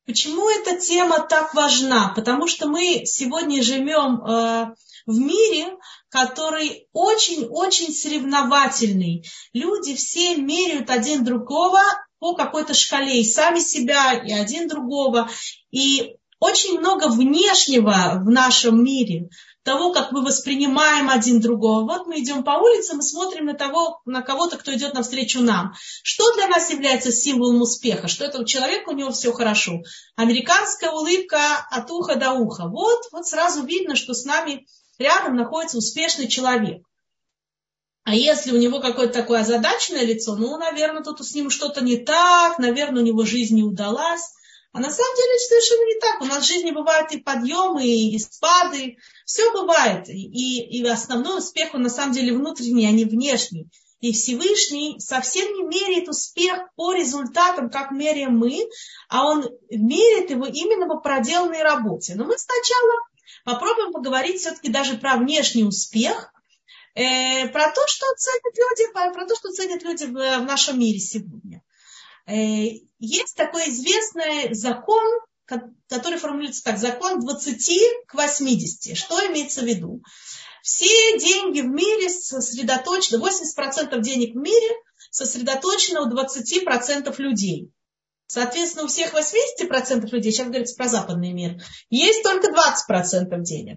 Почему эта тема так важна? Потому что мы сегодня живем в мире, который очень-очень соревновательный. Люди все меряют один другого по какой-то шкале, и сами себя, и один другого. И очень много внешнего в нашем мире, того, как мы воспринимаем один другого. Вот мы идем по улице, мы смотрим на кого-то, кто идет навстречу нам. Что для нас является символом успеха? Что этого человека, у него все хорошо. Американская улыбка от уха до уха. Вот сразу видно, что с нами рядом находится успешный человек. А если у него какое-то такое озадаченное лицо, наверное, тут с ним что-то не так, наверное, у него жизнь не удалась. А на самом деле совершенно не так. У нас в жизни бывают и подъемы, и спады. Все бывает. И основной успех, он на самом деле внутренний, а не внешний. И Всевышний совсем не меряет успех по результатам, как меряем мы, а он меряет его именно по проделанной работе. Но мы сначала попробуем поговорить все-таки даже про внешний успех, про то, что ценят люди в нашем мире сегодня. Есть такой известный закон, который формулируется так: закон 20 к 80. Что имеется в виду? Все деньги в мире сосредоточены, 80% денег в мире сосредоточено у 20% людей. Соответственно, у всех 80% людей, сейчас говорится про западный мир, есть только 20% денег.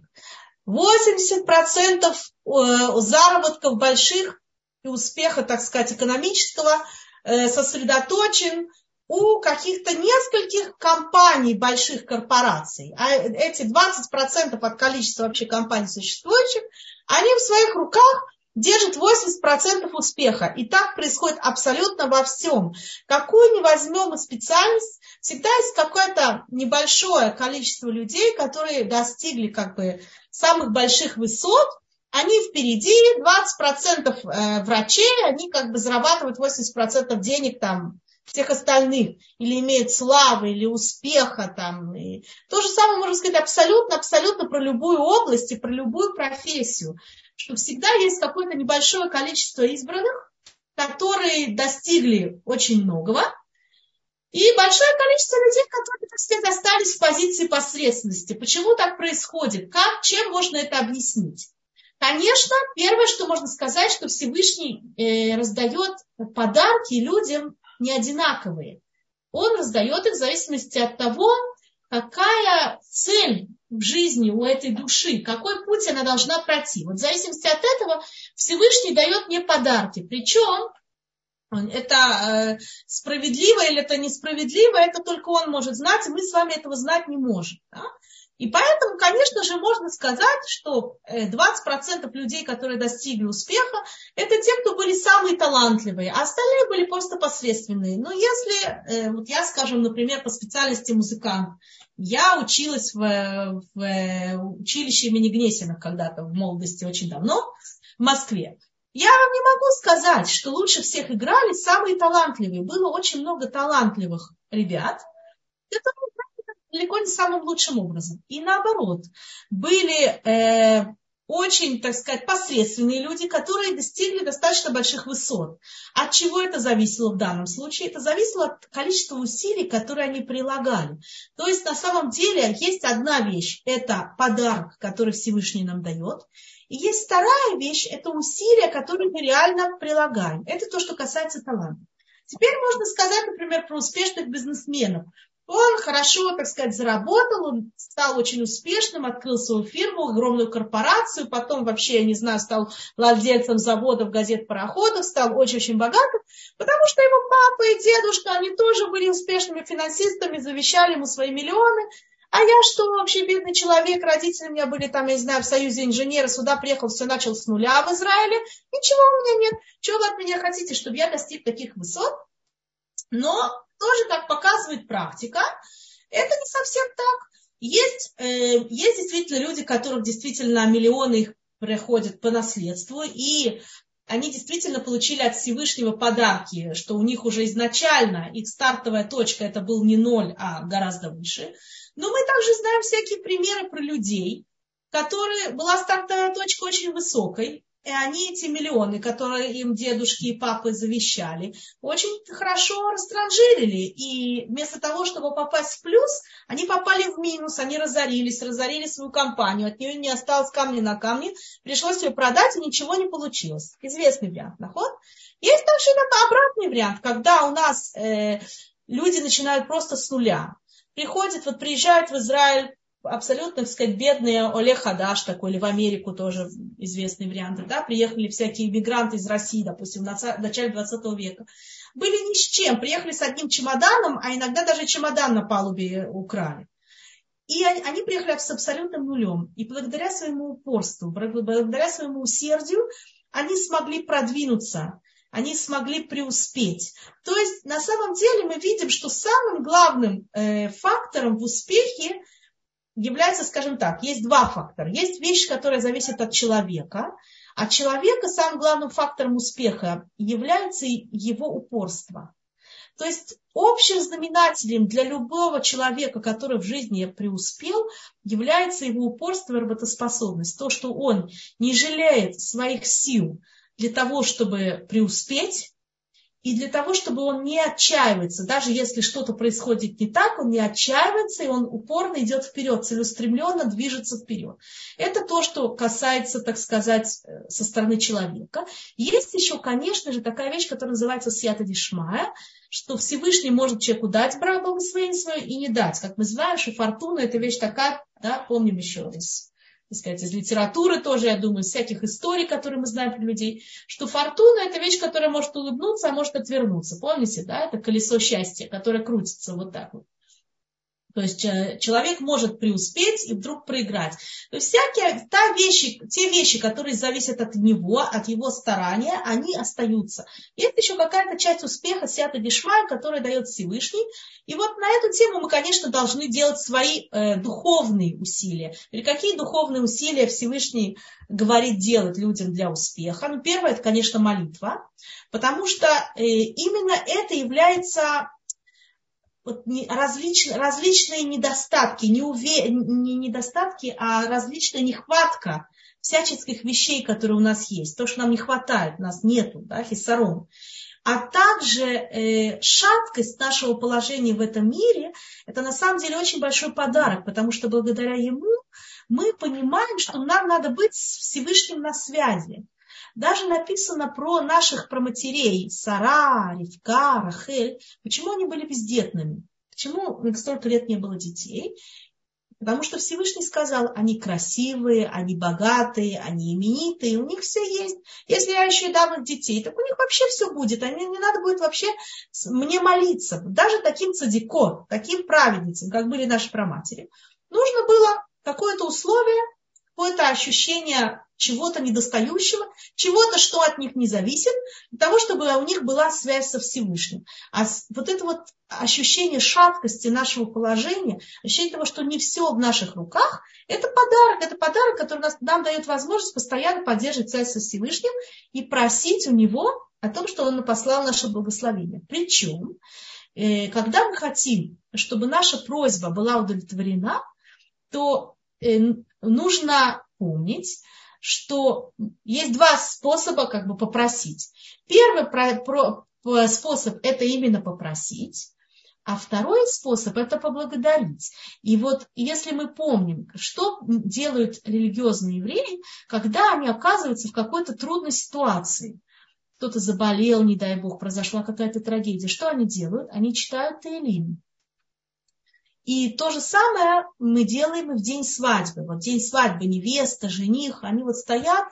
80% заработков больших и успеха, так сказать, экономического сосредоточен у каких-то нескольких компаний, больших корпораций. А эти 20% от количества вообще компаний существующих, они в своих руках держат 80% успеха. И так происходит абсолютно во всем. Какую ни возьмем специальность, всегда есть какое-то небольшое количество людей, которые достигли самых больших высот. Они впереди, 20% врачей, они зарабатывают 80% денег всех остальных, или имеют славы, или успеха И то же самое можно сказать абсолютно про любую область и про любую профессию, что всегда есть какое-то небольшое количество избранных, которые достигли очень многого, и большое количество людей, которые, так сказать, остались в позиции посредственности. Почему так происходит? Чем можно это объяснить? Конечно, первое, что можно сказать, что Всевышний раздает подарки людям не одинаковые. Он раздает их в зависимости от того, какая цель в жизни у этой души, какой путь она должна пройти. В зависимости от этого Всевышний дает мне подарки. Причем это справедливо или это несправедливо, это только он может знать, и мы с вами этого знать не можем. Да? И поэтому, конечно же, можно сказать, что 20% людей, которые достигли успеха, это те, кто были самые талантливые, а остальные были просто посредственные. Но если, я, скажем, например, по специальности музыкант, я училась в училище имени Гнесиных когда-то в молодости, очень давно, в Москве. Я вам не могу сказать, что лучше всех играли самые талантливые. Было очень много талантливых ребят, которые далеко не самым лучшим образом. И наоборот, были очень, так сказать, посредственные люди, которые достигли достаточно больших высот. От чего это зависело в данном случае? Это зависело от количества усилий, которые они прилагали. То есть на самом деле есть одна вещь, это подарок, который Всевышний нам дает. И есть вторая вещь, это усилия, которые мы реально прилагаем. Это то, что касается таланта. Теперь можно сказать, например, про успешных бизнесменов. Он хорошо, так сказать, заработал, он стал очень успешным, открыл свою фирму, огромную корпорацию, потом вообще, я не знаю, стал владельцем заводов, газет, пароходов, стал очень-очень богатым, потому что его папа и дедушка, они тоже были успешными финансистами, завещали ему свои миллионы. А я что, вообще бедный человек, родители у меня были я не знаю, в Союзе инженеры, сюда приехал, все начал с нуля в Израиле, ничего у меня нет. Чего вы от меня хотите, чтобы я достиг таких высот? Но тоже, как показывает практика, это не совсем так. Есть действительно люди, которых действительно миллионы их приходят по наследству, и они действительно получили от Всевышнего подарки, что у них уже изначально их стартовая точка это был не 0, а гораздо выше. Но мы также знаем всякие примеры про людей, которые была стартовая точка очень высокой, и они эти миллионы, которые им дедушки и папы завещали, очень хорошо растранжирили. И вместо того, чтобы попасть в плюс, они попали в минус, они разорились, разорили свою компанию, от нее не осталось камня на камне, пришлось ее продать, и ничего не получилось. Известный вариант, наход. Есть также обратный вариант, когда у нас люди начинают просто с нуля. Приезжают в Израиль абсолютно, так сказать, бедные Олег Хадаш такой, или в Америку тоже известный вариант, да, приехали всякие иммигранты из России, допустим, в начале 20 века. Были ни с чем, приехали с одним чемоданом, а иногда даже чемодан на палубе украли. И они приехали с абсолютным нулем. И благодаря своему упорству, благодаря своему усердию, они смогли продвинуться, они смогли преуспеть. То есть, на самом деле, мы видим, что самым главным фактором в успехе является, скажем так, есть два фактора. Есть вещь, которая зависит от человека. От человека самым главным фактором успеха является его упорство. То есть общим знаменателем для любого человека, который в жизни преуспел, является его упорство и работоспособность. То, что он не жалеет своих сил для того, чтобы преуспеть, и для того, чтобы он не отчаивается. Даже если что-то происходит не так, он не отчаивается, и он упорно идет вперед, целеустремленно движется вперед. Это то, что касается, так сказать, со стороны человека. Есть еще, конечно же, такая вещь, которая называется сьята дишмая, что Всевышний может человеку дать благословение свое и не дать. Как мы знаем, что фортуна – это вещь такая, да, помним еще из литературы тоже, я думаю, из всяких историй, которые мы знаем про людей, что фортуна – это вещь, которая может улыбнуться, а может отвернуться. Помните, да, это колесо счастья, которое крутится вот так вот. То есть человек может преуспеть и вдруг проиграть. То есть те вещи, которые зависят от него, от его старания, они остаются. Есть еще какая-то часть успеха сьята дишмая, которая дает Всевышний. И вот на эту тему мы, конечно, должны делать свои духовные усилия. Или какие духовные усилия Всевышний говорит делать людям для успеха? Ну, первое, это, конечно, молитва. Потому что именно это является... различные недостатки, не недостатки, а различная нехватка всяческих вещей, которые у нас есть. То, что нам не хватает, у нас нету, да, хиссарон. А также шаткость нашего положения в этом мире, это на самом деле очень большой подарок, потому что благодаря ему мы понимаем, что нам надо быть с Всевышним на связи. Даже написано про наших праматерей, Сара, Ривка, Рахель. Почему они были бездетными? Почему у них столько лет не было детей? Потому что Всевышний сказал, они красивые, они богатые, они именитые, у них все есть. Если я еще и дам их детей, так у них вообще все будет. Не надо будет вообще мне молиться. Даже таким цадикот, таким праведницам, как были наши праматери, нужно было какое-то условие, какое-то ощущение чего-то недостающего, чего-то, что от них не зависит, для того, чтобы у них была связь со Всевышним. А вот это вот ощущение шаткости нашего положения, ощущение того, что не все в наших руках, это подарок, который нам дает возможность постоянно поддерживать связь со Всевышним и просить у него о том, что он послал наше благословение. Причем, когда мы хотим, чтобы наша просьба была удовлетворена, то нужно помнить, что есть два способа попросить. Первый способ – это именно попросить, а второй способ – это поблагодарить. И вот если мы помним, что делают религиозные евреи, когда они оказываются в какой-то трудной ситуации, кто-то заболел, не дай Бог, произошла какая-то трагедия, что они делают? Они читают Теилим. И то же самое мы делаем и в день свадьбы. Вот день свадьбы невеста, жених, они вот стоят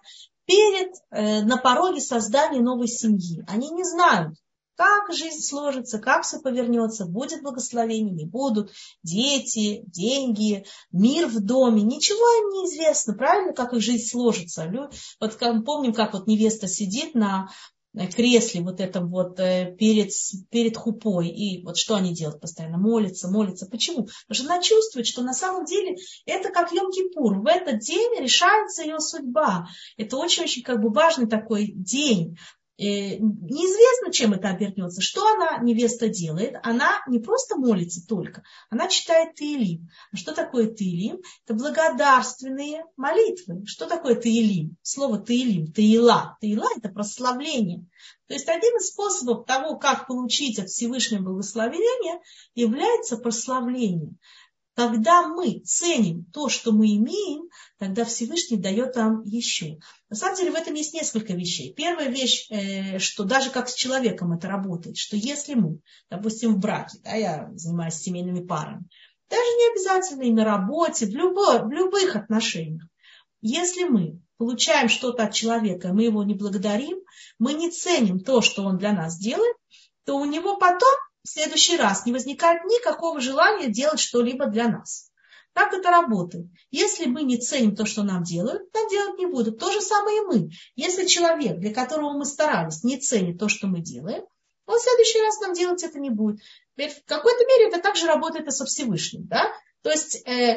на пороге создания новой семьи. Они не знают, как жизнь сложится, как все повернется, будет благословение, не будут, дети, деньги, мир в доме. Ничего им не известно, правильно, как их жизнь сложится. Вот помним, как вот невеста сидит на кресле вот этом вот перед хупой. И вот что они делают постоянно? Молятся. Почему? Потому что она чувствует, что на самом деле это как Йом-Кипур. В этот день решается ее судьба. Это очень-очень важный такой день. Неизвестно, чем это обернется. Что она, невеста, делает? Она не просто молится только, она читает Теилим. А что такое Теилим? Это благодарственные молитвы. Что такое Теилим? Слово Теилим, Теила. Теила – это прославление. То есть один из способов того, как получить от Всевышнего благословения, является прославление. Когда мы ценим то, что мы имеем, тогда Всевышний дает нам еще. На самом деле в этом есть несколько вещей. Первая вещь, что даже как с человеком это работает, что если мы, допустим, в браке, да, я занимаюсь семейными парами, даже не обязательно и на работе, в любых отношениях, если мы получаем что-то от человека, и мы его не благодарим, мы не ценим то, что он для нас делает, то у него потом в следующий раз не возникает никакого желания делать что-либо для нас. Как это работает? Если мы не ценим то, что нам делают, нам делать не будут. То же самое и мы. Если человек, для которого мы старались, не ценит то, что мы делаем, он в следующий раз нам делать это не будет. Теперь в какой-то мере это также работает и со Всевышним. Да? То есть,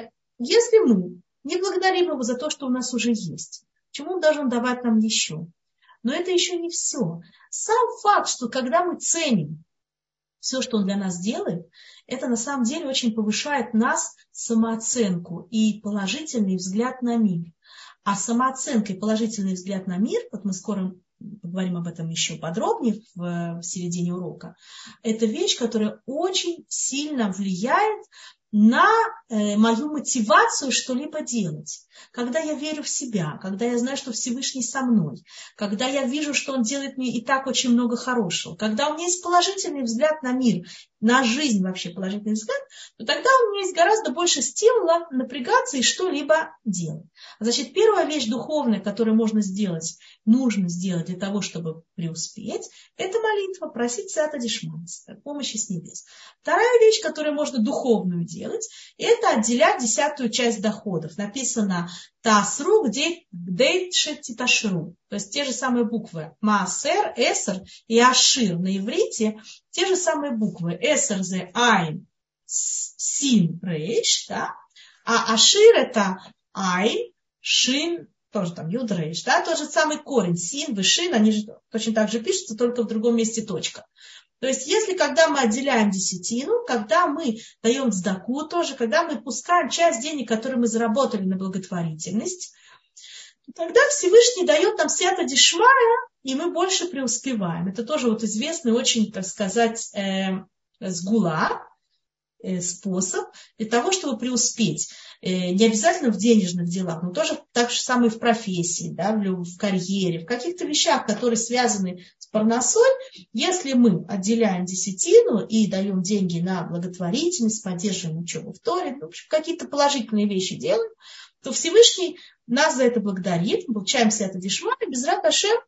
если мы не благодарим его за то, что у нас уже есть, почему он должен давать нам еще? Но это еще не все. Сам факт, что когда мы ценим все, что он для нас делает, это на самом деле очень повышает нас самооценку и положительный взгляд на мир. А самооценка и положительный взгляд на мир, вот мы скоро поговорим об этом еще подробнее в середине урока, это вещь, которая очень сильно влияет на мою мотивацию что-либо делать. Когда я верю в себя, когда я знаю, что Всевышний со мной, когда я вижу, что он делает мне и так очень много хорошего, когда у меня есть положительный взгляд на мир, на жизнь вообще положительный взгляд, то тогда у меня есть гораздо больше стимула напрягаться и что-либо делать. Значит, первая вещь духовная, которую можно сделать, нужно сделать для того, чтобы преуспеть, это молитва, просить Сиата Дишманс, помощи с небес. Вторая вещь, которую можно духовную делать, это отделять 10-ю часть доходов. Написано Тасру, Гдейт Шетиташру. То есть те же самые буквы Маасер, Эсер и Ашир на иврите, те же самые буквы. Эсер зе Айн, Син, Рейш, да? А Ашир это Айн, Шин, тоже там Юд, Рейш, да? Тот же самый корень, Син, Вышин, они же точно так же пишутся, только в другом месте точка. То есть, если когда мы отделяем десятину, когда мы даем цдаку тоже, когда мы пускаем часть денег, которые мы заработали на благотворительность, тогда Всевышний дает нам сията дишмая, и мы больше преуспеваем. Это тоже вот известный очень, так сказать, сгула, способ для того, чтобы преуспеть. Не обязательно в денежных делах, но тоже так же самое в профессии, да, в карьере, в каких-то вещах, которые связаны с парносой. Если мы отделяем десятину и даем деньги на благотворительность, поддерживаем учебу в Торе, в общем, какие-то положительные вещи делаем, то Всевышний нас за это благодарит, получаем сията дишмая, и безрат Ашем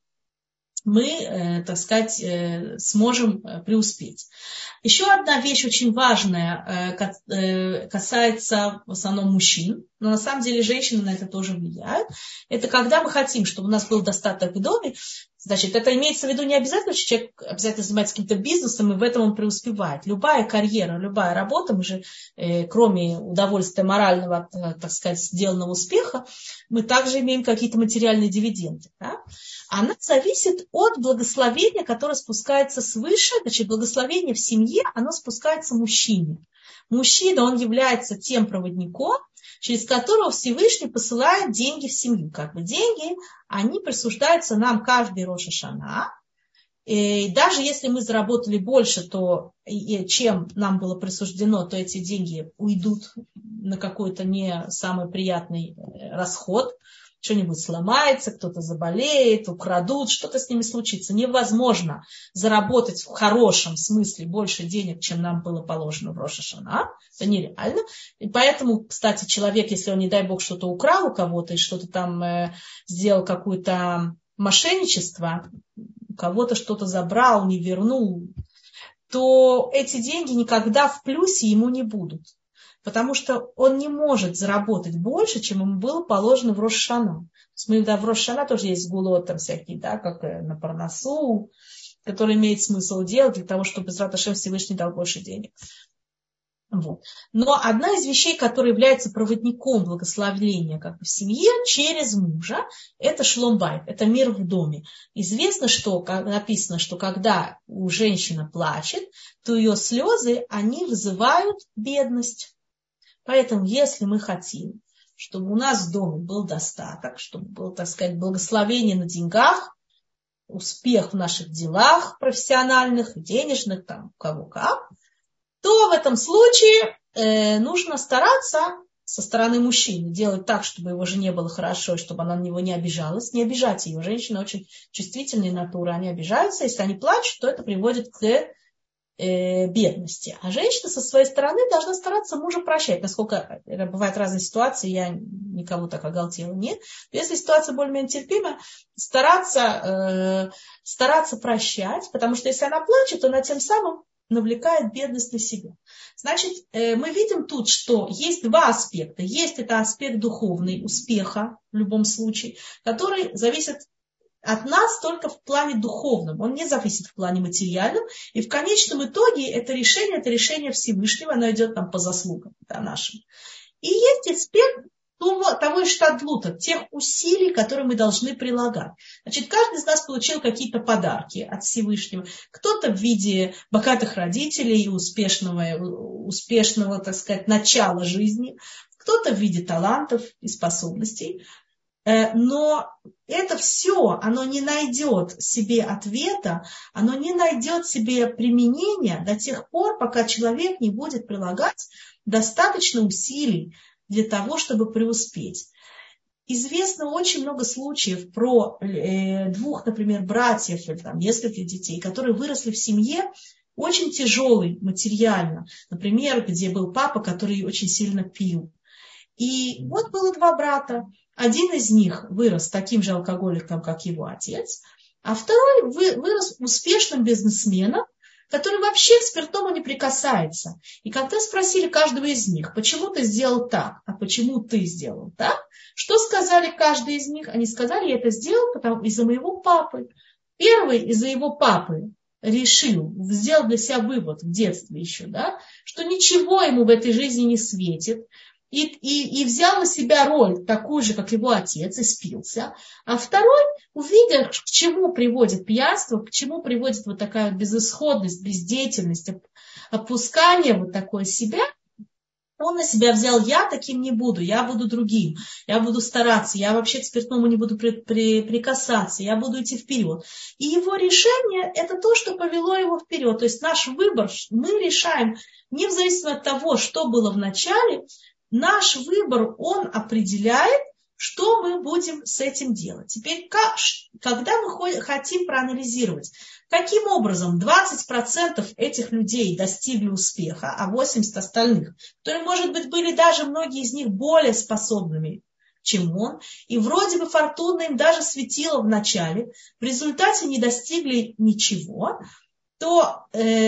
мы, так сказать, сможем преуспеть. Еще одна вещь очень важная касается в основном мужчин, но на самом деле женщины на это тоже влияют. Это когда мы хотим, чтобы у нас был достаток в доме. Значит, это имеется в виду не обязательно, что человек обязательно занимается каким-то бизнесом, и в этом он преуспевает. Любая карьера, любая работа, мы же, кроме удовольствия морального, так сказать, сделанного успеха, мы также имеем какие-то материальные дивиденды. Да? Она зависит от благословения, которое спускается свыше. Значит, благословение в семье, оно спускается мужчине. Мужчина, он является тем проводником, через которого Всевышний посылает деньги в семью. Как бы деньги, они присуждаются нам каждый Рош ха-Шана. И даже если мы заработали больше, то, чем нам было присуждено, то эти деньги уйдут на какой-то не самый приятный расход. Что-нибудь сломается, кто-то заболеет, украдут, что-то с ними случится. Невозможно заработать в хорошем смысле больше денег, чем нам было положено в Рош ха-Шана. Это нереально. И поэтому, кстати, человек, если он, не дай бог, что-то украл у кого-то и что-то там сделал, какое-то мошенничество, у кого-то что-то забрал, не вернул, то эти деньги никогда в плюсе ему не будут. Потому что он не может заработать больше, чем ему было положено в Рош ха-Шана. В Рош ха-Шана тоже есть гулот там всякие, да, как на парносу, который имеет смысл делать для того, чтобы безрат Ашем Всевышний дал больше денег. Вот. Но одна из вещей, которая является проводником благословения как бы в семье через мужа, это шлом байт, это мир в доме. Известно, что написано, что когда женщина плачет, то ее слезы, они вызывают бедность. Поэтому, если мы хотим, чтобы у нас в доме был достаток, чтобы было, так сказать, благословение на деньгах, успех в наших делах профессиональных, денежных, там, у кого как, то в этом случае нужно стараться со стороны мужчины делать так, чтобы его жене было хорошо, чтобы она на него не обижалась, не обижать ее. Женщины очень чувствительные натуры, они обижаются, если они плачут, то это приводит к бедности. А женщина со своей стороны должна стараться мужа прощать. Насколько бывают разные ситуации, я никого так оголтела нет. Если ситуация более-менее терпимая, стараться прощать, потому что если она плачет, то она тем самым навлекает бедность на себя. Значит, мы видим тут, что есть два аспекта. Есть это аспект духовный, успеха в любом случае, который зависит от нас только в плане духовном. Он не зависит в плане материальном. И в конечном итоге это решение Всевышнего, оно идет там по заслугам, да, нашим. И есть аспект того штадлута, тех усилий, которые мы должны прилагать. Значит, каждый из нас получил какие-то подарки от Всевышнего. Кто-то в виде богатых родителей и успешного, так сказать, начала жизни. Кто-то в виде талантов и способностей. Но это все, оно не найдет себе ответа, оно не найдет себе применения до тех пор, пока человек не будет прилагать достаточно усилий для того, чтобы преуспеть. Известно очень много случаев про двух, например, братьев или там нескольких детей, которые выросли в семье очень тяжелой материально. Например, где был папа, который очень сильно пил. И вот было два брата. Один из них вырос таким же алкоголиком, как его отец, а второй вырос успешным бизнесменом, который вообще к спиртному не прикасается. И когда спросили каждого из них, почему ты сделал так, а почему ты сделал так, что сказали каждый из них? Они сказали, я это сделал из-за моего папы. Первый из-за его папы сделал для себя вывод в детстве еще, да, что ничего ему в этой жизни не светит, и взял на себя роль такую же, как его отец, и спился. А второй, увидел, к чему приводит пьянство, к чему приводит вот такая вот безысходность, бездеятельность, опускание вот такое себя, он на себя взял, я таким не буду, я буду другим, я буду стараться, я вообще к спиртному не буду прикасаться, я буду идти вперед. И его решение – это то, что повело его вперед. То есть наш выбор мы решаем не в зависимости от того, что было в начале. Наш выбор, он определяет, что мы будем с этим делать. Теперь, когда мы хотим проанализировать, каким образом 20% этих людей достигли успеха, а 80% остальных, которые, может быть, были даже многие из них более способными, чем он, и вроде бы фортуна им даже светила в начале, в результате не достигли ничего, то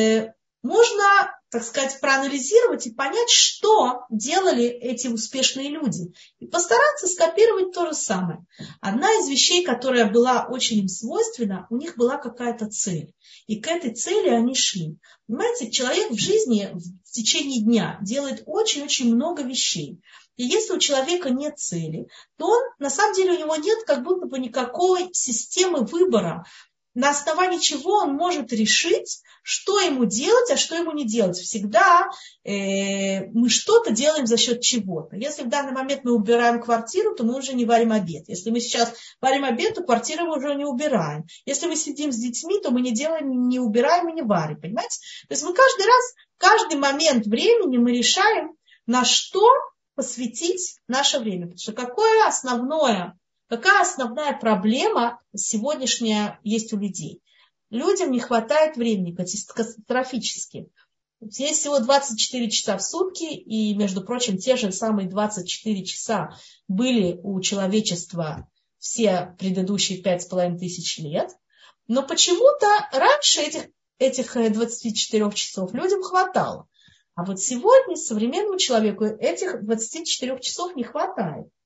можно, так сказать, проанализировать и понять, что делали эти успешные люди. И постараться скопировать то же самое. Одна из вещей, которая была очень им свойственна, у них была какая-то цель. И к этой цели они шли. Понимаете, человек в жизни в течение дня делает очень-очень много вещей. И если у человека нет цели, то он, на самом деле, у него нет как будто бы никакой системы выбора, на основании чего он может решить, что ему делать, а что ему не делать. Всегда мы что-то делаем за счет чего-то. Если в данный момент мы убираем квартиру, то мы уже не варим обед. Если мы сейчас варим обед, то квартиру мы уже не убираем. Если мы сидим с детьми, то мы не делаем, не убираем и не варим. Понимаете? То есть мы каждый раз, каждый момент времени мы решаем, на что посвятить наше время. Потому что какая основная проблема сегодняшняя есть у людей? Людям не хватает времени катастрофически. Есть всего 24 часа в сутки, и, между прочим, те же самые 24 часа были у человечества все предыдущие 5500 лет. Но почему-то раньше этих 24 часов людям хватало. А вот сегодня современному человеку этих 24 часов не хватает.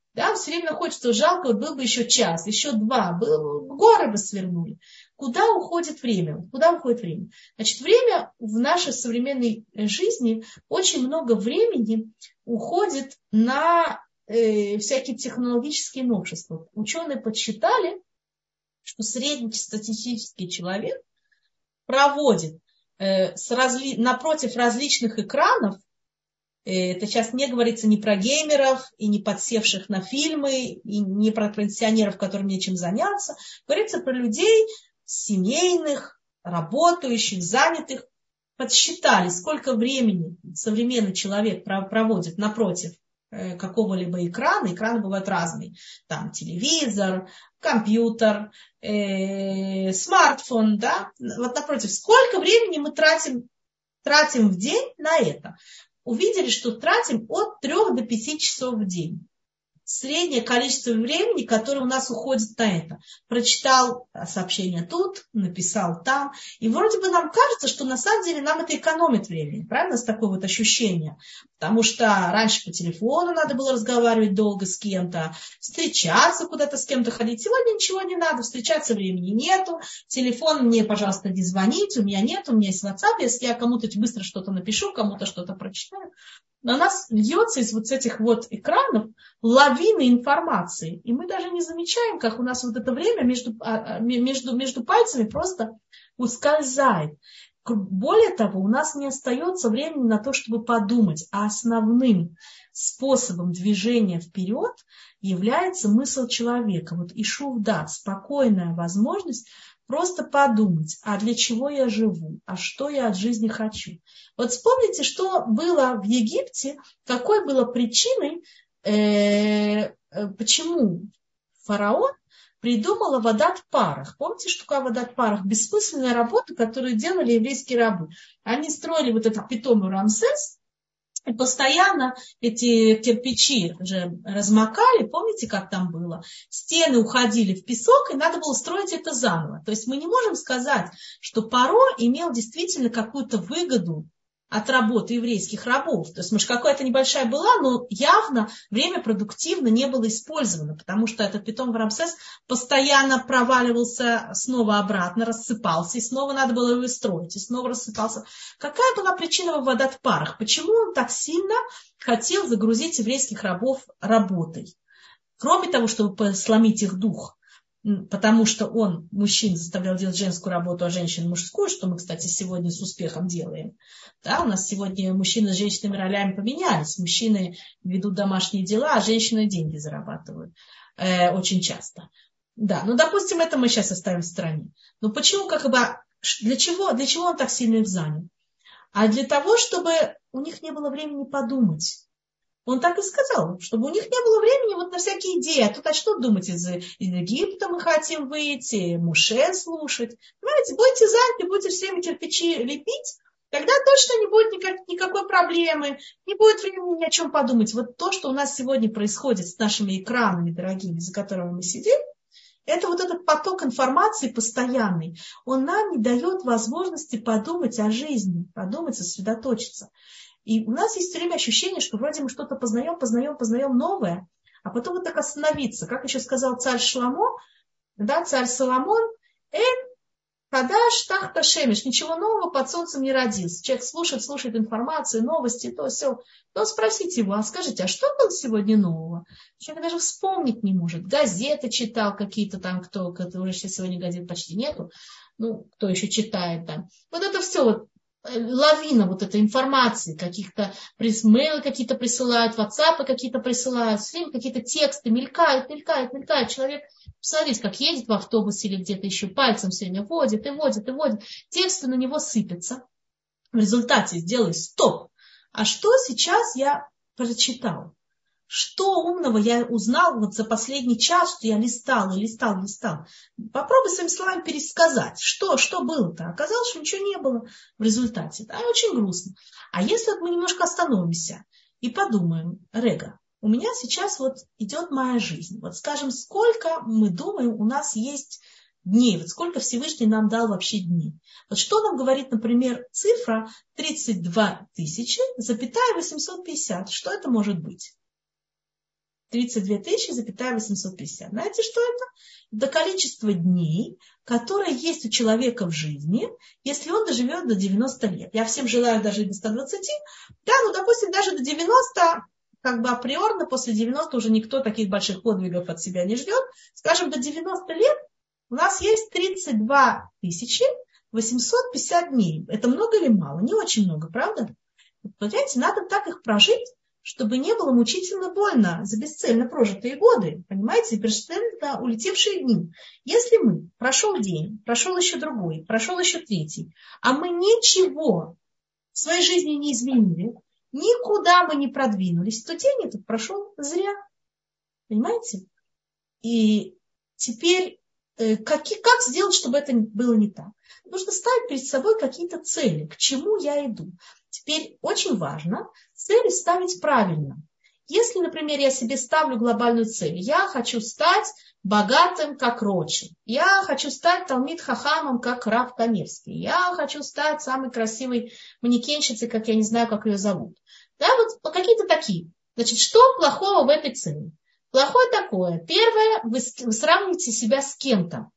Да, все время хочется, жалко, вот был бы еще час, еще два, горы бы свернули. Куда уходит время? Куда уходит время? Значит, время в нашей современной жизни, очень много времени уходит на всякие технологические новшества. Ученые подсчитали, что среднестатистический человек проводит напротив различных экранов, это сейчас не говорится ни про геймеров, и не подсевших на фильмы, и не про пенсионеров, которым нечем заняться. Говорится про людей семейных, работающих, занятых. Подсчитали, сколько времени современный человек проводит напротив какого-либо экрана. Экраны бывают разные. Там телевизор, компьютер, смартфон. Да? Вот напротив, сколько времени мы тратим в день на это. Увидели, что тратим от 3 до 5 часов в день. Среднее количество времени, которое у нас уходит на это. Прочитал сообщение тут, написал там. И вроде бы нам кажется, что на самом деле нам это экономит времени. Правильно? С такое вот ощущение. Потому что раньше по телефону надо было разговаривать долго с кем-то, встречаться куда-то с кем-то ходить. Сегодня ничего не надо, встречаться времени нету. Телефон мне, пожалуйста, не звоните, у меня нет, у меня есть WhatsApp. Если я кому-то быстро что-то напишу, кому-то что-то прочитаю, на нас льется из вот этих вот экранов лавина информации. И мы даже не замечаем, как у нас вот это время между пальцами просто ускользает. Более того, у нас не остается времени на то, чтобы подумать, а основным способом движения вперед является мысль человека. Вот ишув дат, спокойная возможность просто подумать, а для чего я живу, а что я от жизни хочу. Вот вспомните, что было в Египте, какой была причиной, почему фараон придумал аводат парах. Помните, что такое аводат парах? Бессмысленная работа, которую делали еврейские рабы. Они строили вот этот питомый Рамсес, и постоянно эти кирпичи же размокали, помните, как там было? Стены уходили в песок, и надо было строить это заново. То есть мы не можем сказать, что Паро имел действительно какую-то выгоду от работы еврейских рабов. То есть, может, какая-то небольшая была, но явно время продуктивно не было использовано, потому что этот питом Рамсес постоянно проваливался снова обратно, рассыпался, и снова надо было его строить, и снова рассыпался. Какая была причина в аводат парах? Почему он так сильно хотел загрузить еврейских рабов работой? Кроме того, чтобы сломить их дух, потому что он мужчин заставлял делать женскую работу, а женщин мужскую, что мы, кстати, сегодня с успехом делаем. Да, у нас сегодня мужчины с женщинами ролями поменялись. Мужчины ведут домашние дела, а женщины деньги зарабатывают очень часто. Да, ну, допустим, это мы сейчас оставим в стороне. Но почему, для чего он так сильно их занял? А для того, чтобы у них не было времени подумать. Он так и сказал, чтобы у них не было времени вот на всякие идеи. А тут, а что думать, из Египта мы хотим выйти, Муше слушать. Понимаете, будете заняты, будете все время кирпичи лепить, тогда точно не будет никакой проблемы, не будет времени ни о чем подумать. Вот то, что у нас сегодня происходит с нашими экранами дорогими, за которыми мы сидим, это вот этот поток информации постоянный. Он нам не дает возможности подумать о жизни, подумать, сосредоточиться. И у нас есть все время ощущение, что вроде мы что-то познаем новое, а потом вот так остановиться. Как еще сказал царь Шломо, да, царь Соломон, Хадаш тахта шемеш, ничего нового под солнцем не родился. Человек слушает информацию, новости, то все. То спросите его, а скажите, а что было сегодня нового? Человек даже вспомнить не может. Газеты читал какие-то там, которые сегодня газет почти нету. Ну, кто еще читает там. Вот это все вот. Лавина вот этой информации, каких-то мейлы какие-то присылают, ватсапы какие-то присылают, все время какие-то тексты мелькают. Человек, посмотрите, как едет в автобусе или где-то еще, пальцем все время водит. Тексты на него сыпятся. В результате сделай стоп. А что сейчас я прочитал? Что умного я узнал вот за последний час, что я листал. Попробуй своими словами пересказать, что было-то. Оказалось, что ничего не было в результате. Да, очень грустно. А если вот мы немножко остановимся и подумаем, Рега, у меня сейчас вот идет моя жизнь. Вот скажем, сколько мы думаем, у нас есть дней, вот сколько Всевышний нам дал вообще дней. Вот что нам говорит, например, цифра 32 850? Что это может быть? 32 850. Знаете, что это? Это количество дней, которое есть у человека в жизни, если он доживет до 90 лет. Я всем желаю дожить до 120, да, ну, допустим, даже до 90, как бы априорно, после 90 уже никто таких больших подвигов от себя не ждет. Скажем, до 90 лет у нас есть 32 850 дней. Это много или мало? Не очень много, правда? Понимаете, надо так их прожить, чтобы не было мучительно больно за бесцельно прожитые годы, понимаете, и бесцельно улетевшие дни. Если мы, прошел день, прошел еще другой, прошел еще третий, а мы ничего в своей жизни не изменили, никуда мы не продвинулись, то день этот прошел зря, понимаете? И теперь, как сделать, чтобы это было не так? Нужно ставить перед собой какие-то цели, к чему я иду. Теперь очень важно цели ставить правильно. Если, например, я себе ставлю глобальную цель, я хочу стать богатым, как Ротшильд, я хочу стать Талмид Хахамом, как Рав Каневский, я хочу стать самой красивой манекенщицей, как я не знаю, как ее зовут. Да, вот какие-то такие. Значит, что плохого в этой цели? Плохое такое. Первое, вы сравниваете себя с кем-то.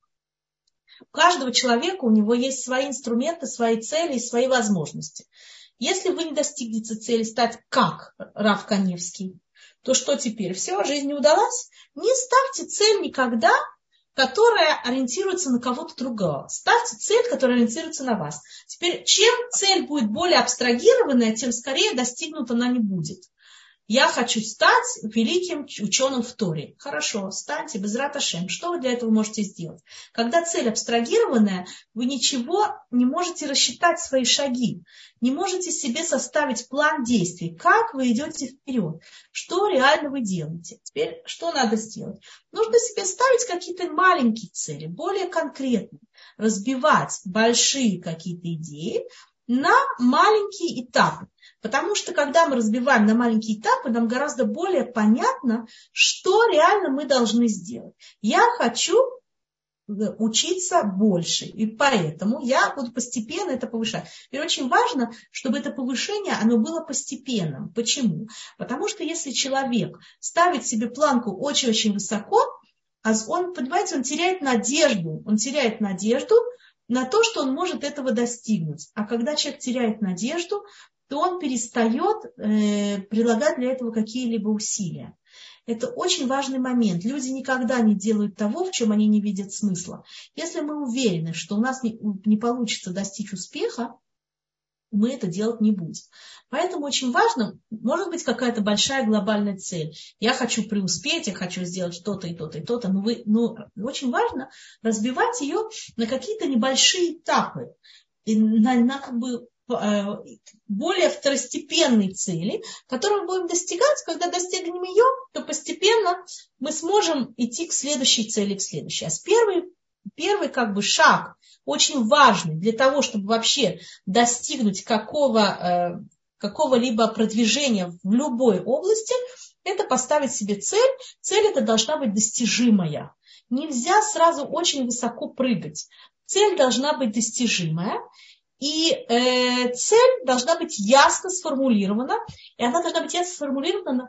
У каждого человека, у него есть свои инструменты, свои цели и свои возможности. Если вы не достигнете цели стать как Рав Каневский, то что теперь? Все, жизнь не удалась? Не ставьте цель никогда, которая ориентируется на кого-то другого. Ставьте цель, которая ориентируется на вас. Теперь, чем цель будет более абстрагированная, тем скорее достигнута она не будет. Я хочу стать великим ученым в Торе. Хорошо, станьте, Безрат Ашем. Что вы для этого можете сделать? Когда цель абстрагированная, вы ничего не можете рассчитать свои шаги. Не можете себе составить план действий. Как вы идете вперед? Что реально вы делаете? Теперь, что надо сделать? Нужно себе ставить какие-то маленькие цели, более конкретные. Разбивать большие какие-то идеи на маленькие этапы. Потому что, когда мы разбиваем на маленькие этапы, нам гораздо более понятно, что реально мы должны сделать. Я хочу учиться больше, и поэтому я буду постепенно это повышать. И очень важно, чтобы это повышение, оно было постепенным. Почему? Потому что если человек ставит себе планку очень-очень высоко, он, понимаете, он теряет надежду на то, что он может этого достигнуть. А когда человек теряет надежду, то он перестает прилагать для этого какие-либо усилия. Это очень важный момент. Люди никогда не делают того, в чем они не видят смысла. Если мы уверены, что у нас не получится достичь успеха, мы это делать не будем. Поэтому очень важно, может быть, какая-то большая глобальная цель. Я хочу преуспеть, я хочу сделать что-то и то-то и то-то. Но очень важно разбивать ее на какие-то небольшие этапы, на как бы более второстепенной цели, которую мы будем достигать. Когда достигнем ее, то постепенно мы сможем идти к следующей цели, к следующей. А первый как бы шаг, очень важный для того, чтобы вообще достигнуть какого-либо продвижения в любой области, это поставить себе цель. Цель эта должна быть достижимая. Нельзя сразу очень высоко прыгать. Цель должна быть достижимая. И цель должна быть ясно сформулирована, и она должна быть ясно сформулирована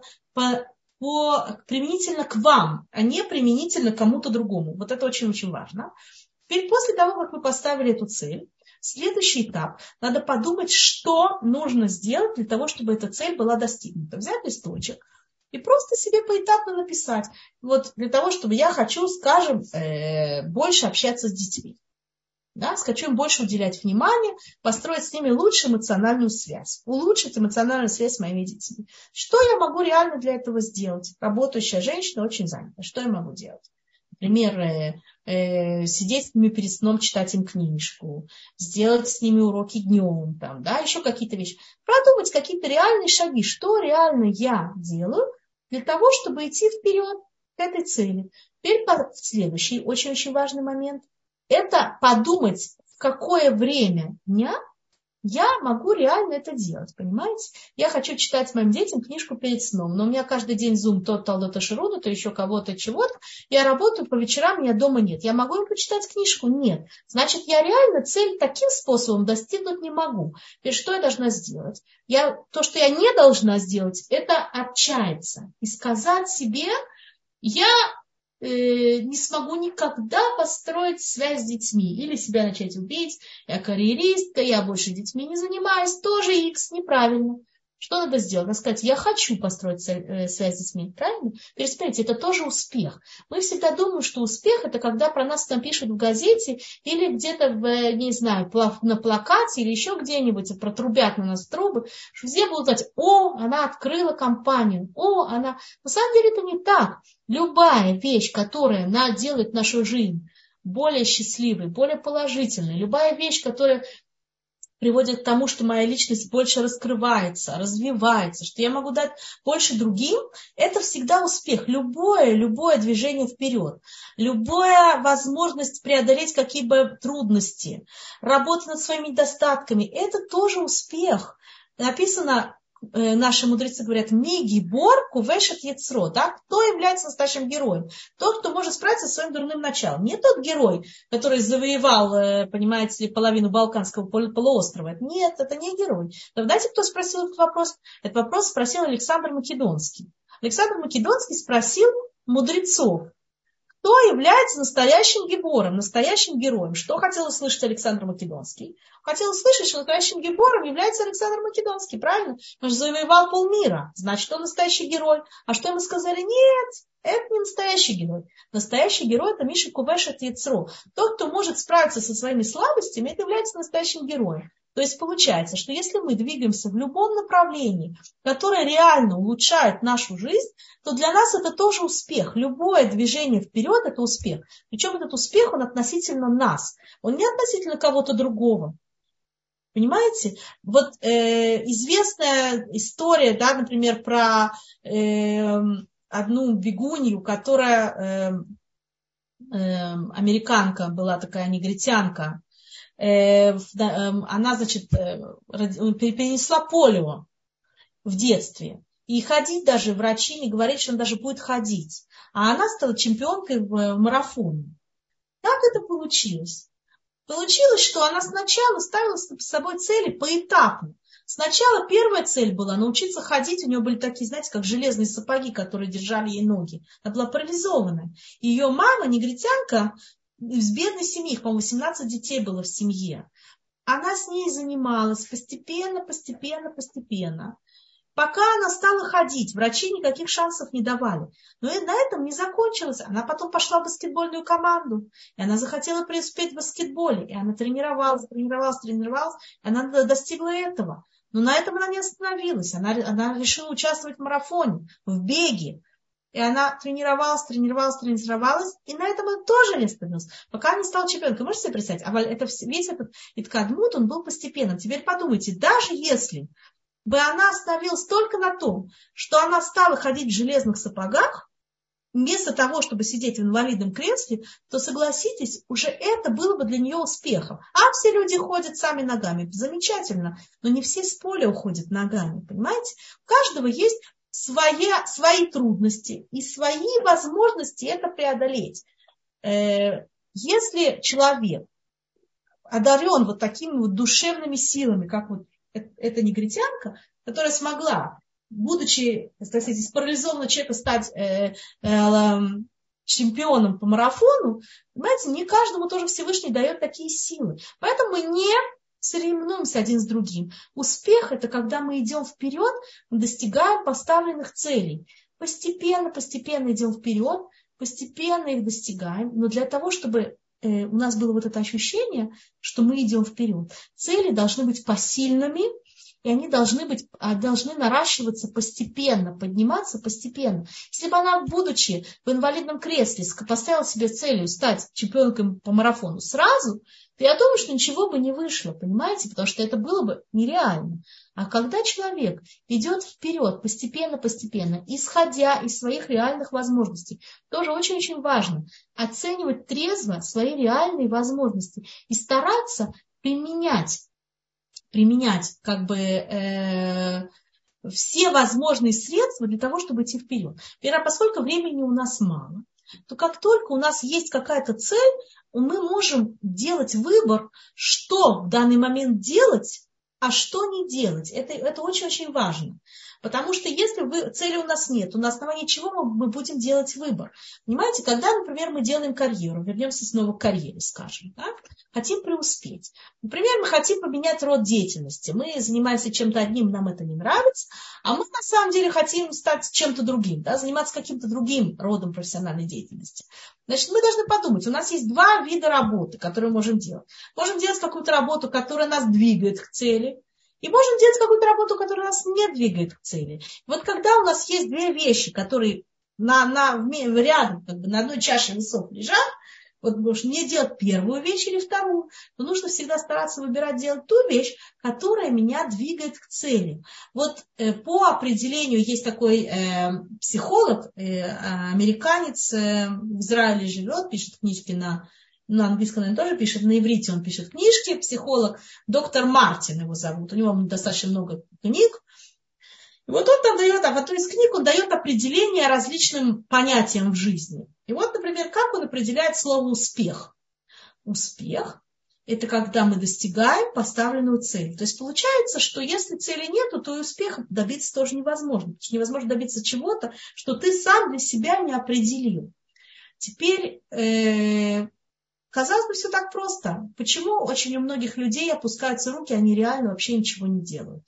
применительно к вам, а не применительно к кому-то другому. Вот это очень-очень важно. Теперь после того, как вы поставили эту цель, следующий этап, надо подумать, что нужно сделать для того, чтобы эта цель была достигнута. Взять листочек и просто себе поэтапно написать. Вот для того, чтобы я хочу, скажем, больше общаться с детьми. Да, хочу им больше уделять внимание, построить с ними лучшую эмоциональную связь, улучшить эмоциональную связь с моими детьми. Что я могу реально для этого сделать? Работающая женщина очень занята. Что я могу делать? Например, сидеть с ними перед сном, читать им книжку, сделать с ними уроки днем, еще какие-то вещи. Продумать какие-то реальные шаги, что реально я делаю для того, чтобы идти вперед к этой цели. Теперь следующий очень-очень важный момент. Это подумать, в какое время дня я могу реально это делать, понимаете? Я хочу читать моим детям книжку перед сном, но у меня каждый день зум, то Шируну, то еще кого-то, чего-то. Я работаю по вечерам, меня дома нет. Я могу им почитать книжку? Нет. Значит, я реально цель таким способом достигнуть не могу. И что я должна сделать? То, что я не должна сделать, это огорчается, и сказать себе: я не смогу никогда построить связь с детьми, или себя начать убить, я карьеристка, я больше детьми не занимаюсь, тоже X, неправильно. Что надо сделать? Надо сказать: я хочу построить связь с детьми. Правильно? Теперь смотрите, это тоже успех. Мы всегда думаем, что успех — это когда про нас там пишут в газете или где-то, не знаю, на плакате или еще где-нибудь протрубят на нас трубы, что все будут говорить: о, она открыла компанию, о, она... На самом деле это не так. Любая вещь, которая делает нашу жизнь более счастливой, более положительной, любая вещь, которая приводит к тому, что моя личность больше раскрывается, развивается, что я могу дать больше другим, это всегда успех. Любое движение вперед, любая возможность преодолеть какие-бы трудности, работать над своими недостатками, это тоже успех. Написано, наши мудрецы говорят: «Ми гибор кувешет яцро». Да? Кто является настоящим героем? Тот, кто может справиться со своим дурным началом. Не тот герой, который завоевал, понимаете ли, половину Балканского полуострова. Нет, это не герой. Но знаете, кто спросил этот вопрос? Этот вопрос спросил Александр Македонский. Александр Македонский спросил мудрецов: кто является настоящим гибором, настоящим героем? Что хотел услышать Александр Македонский? Хотел услышать, что настоящим гибором является Александр Македонский, правильно? Он же завоевал полмира, значит, он настоящий герой. А что ему сказали? Нет, это не настоящий герой. Настоящий герой — это Миша Кувешет Яцро. Тот, кто может справиться со своими слабостями, это является настоящим героем. То есть получается, что если мы двигаемся в любом направлении, которое реально улучшает нашу жизнь, то для нас это тоже успех. Любое движение вперед — это успех. Причем этот успех, он относительно нас. Он не относительно кого-то другого. Понимаете? Вот известная история, да, например, про одну бегунью, которая американка была, такая негритянка. Она, значит, перенесла полио в детстве. И ходить даже врачи не говорят, что она даже будет ходить. А она стала чемпионкой в марафоне. Как это получилось? Получилось, что она сначала ставила с собой цели поэтапно. Сначала первая цель была научиться ходить. У нее были такие, знаете, как железные сапоги, которые держали ей ноги. Она была парализована. Ее мама, негритянка, из бедной семьи, их, по-моему, 18 детей было в семье. Она с ней занималась постепенно. Пока она стала ходить, врачи никаких шансов не давали. Но и на этом не закончилось. Она потом пошла в баскетбольную команду. И она захотела преуспеть в баскетболе. И она тренировалась. И она достигла этого. Но на этом она не остановилась. Она решила участвовать в марафоне, в беге. И она тренировалась, и на этом она тоже не остановилась, пока не стала чемпионкой. Можете себе представить? А весь этот иткадмут, он был постепенным. Теперь подумайте, даже если бы она остановилась только на том, что она стала ходить в железных сапогах, вместо того, чтобы сидеть в инвалидном кресле, то, согласитесь, уже это было бы для нее успехом. А все люди ходят сами ногами. Замечательно. Но не все с поля уходят ногами. Понимаете? У каждого есть свои трудности и свои возможности это преодолеть. Если человек одарен вот такими вот душевными силами, как вот эта негритянка, которая смогла, будучи, кстати, из парализованного человека стать чемпионом по марафону, понимаете, не каждому тоже Всевышний дает такие силы. Поэтому мы не соревнуемся один с другим. Успех — это когда мы идем вперед, мы достигаем поставленных целей. Постепенно идем вперед, постепенно их достигаем. Но для того, чтобы у нас было вот это ощущение, что мы идем вперед, цели должны быть посильными, и они должны наращиваться постепенно, подниматься постепенно. Если бы она, будучи в инвалидном кресле, поставила себе целью стать чемпионкой по марафону сразу, то я думаю, что ничего бы не вышло, понимаете, потому что это было бы нереально. А когда человек идет вперед постепенно, исходя из своих реальных возможностей, тоже очень-очень важно оценивать трезво свои реальные возможности и стараться применять как бы все возможные средства для того, чтобы идти вперед. Поскольку времени у нас мало, то как только у нас есть какая-то цель, мы можем делать выбор, что в данный момент делать, а что не делать. Это очень-очень важно. Потому что если цели у нас нет, то на основании чего мы будем делать выбор? Понимаете, когда, например, мы делаем карьеру, вернемся снова к карьере, скажем, да? Хотим преуспеть. Например, мы хотим поменять род деятельности. Мы занимаемся чем-то одним, нам это не нравится, а мы на самом деле хотим стать чем-то другим, да? Заниматься каким-то другим родом профессиональной деятельности. Значит, мы должны подумать, у нас есть два вида работы, которые мы можем делать. Можем делать какую-то работу, которая нас двигает к цели, и можем делать какую-то работу, которая нас не двигает к цели. Вот когда у нас есть две вещи, которые рядом, как бы на одной чаше весов лежат, вот можешь не делать первую вещь или вторую, но нужно всегда стараться выбирать делать ту вещь, которая меня двигает к цели. Вот по определению есть такой психолог, американец, в Израиле живет, пишет книжки на английском он тоже пишет, на иврите он пишет книжки, психолог, доктор Мартин его зовут, у него достаточно много книг. И вот он там дает, в одной из книг он дает определение различным понятиям в жизни. И вот, например, как он определяет слово «успех». Успех – это когда мы достигаем поставленную цель. То есть получается, что если цели нету, то и успеха добиться тоже невозможно. Потому что невозможно добиться чего-то, что ты сам для себя не определил. Теперь, казалось бы, все так просто. Почему очень у многих людей опускаются руки, они реально вообще ничего не делают?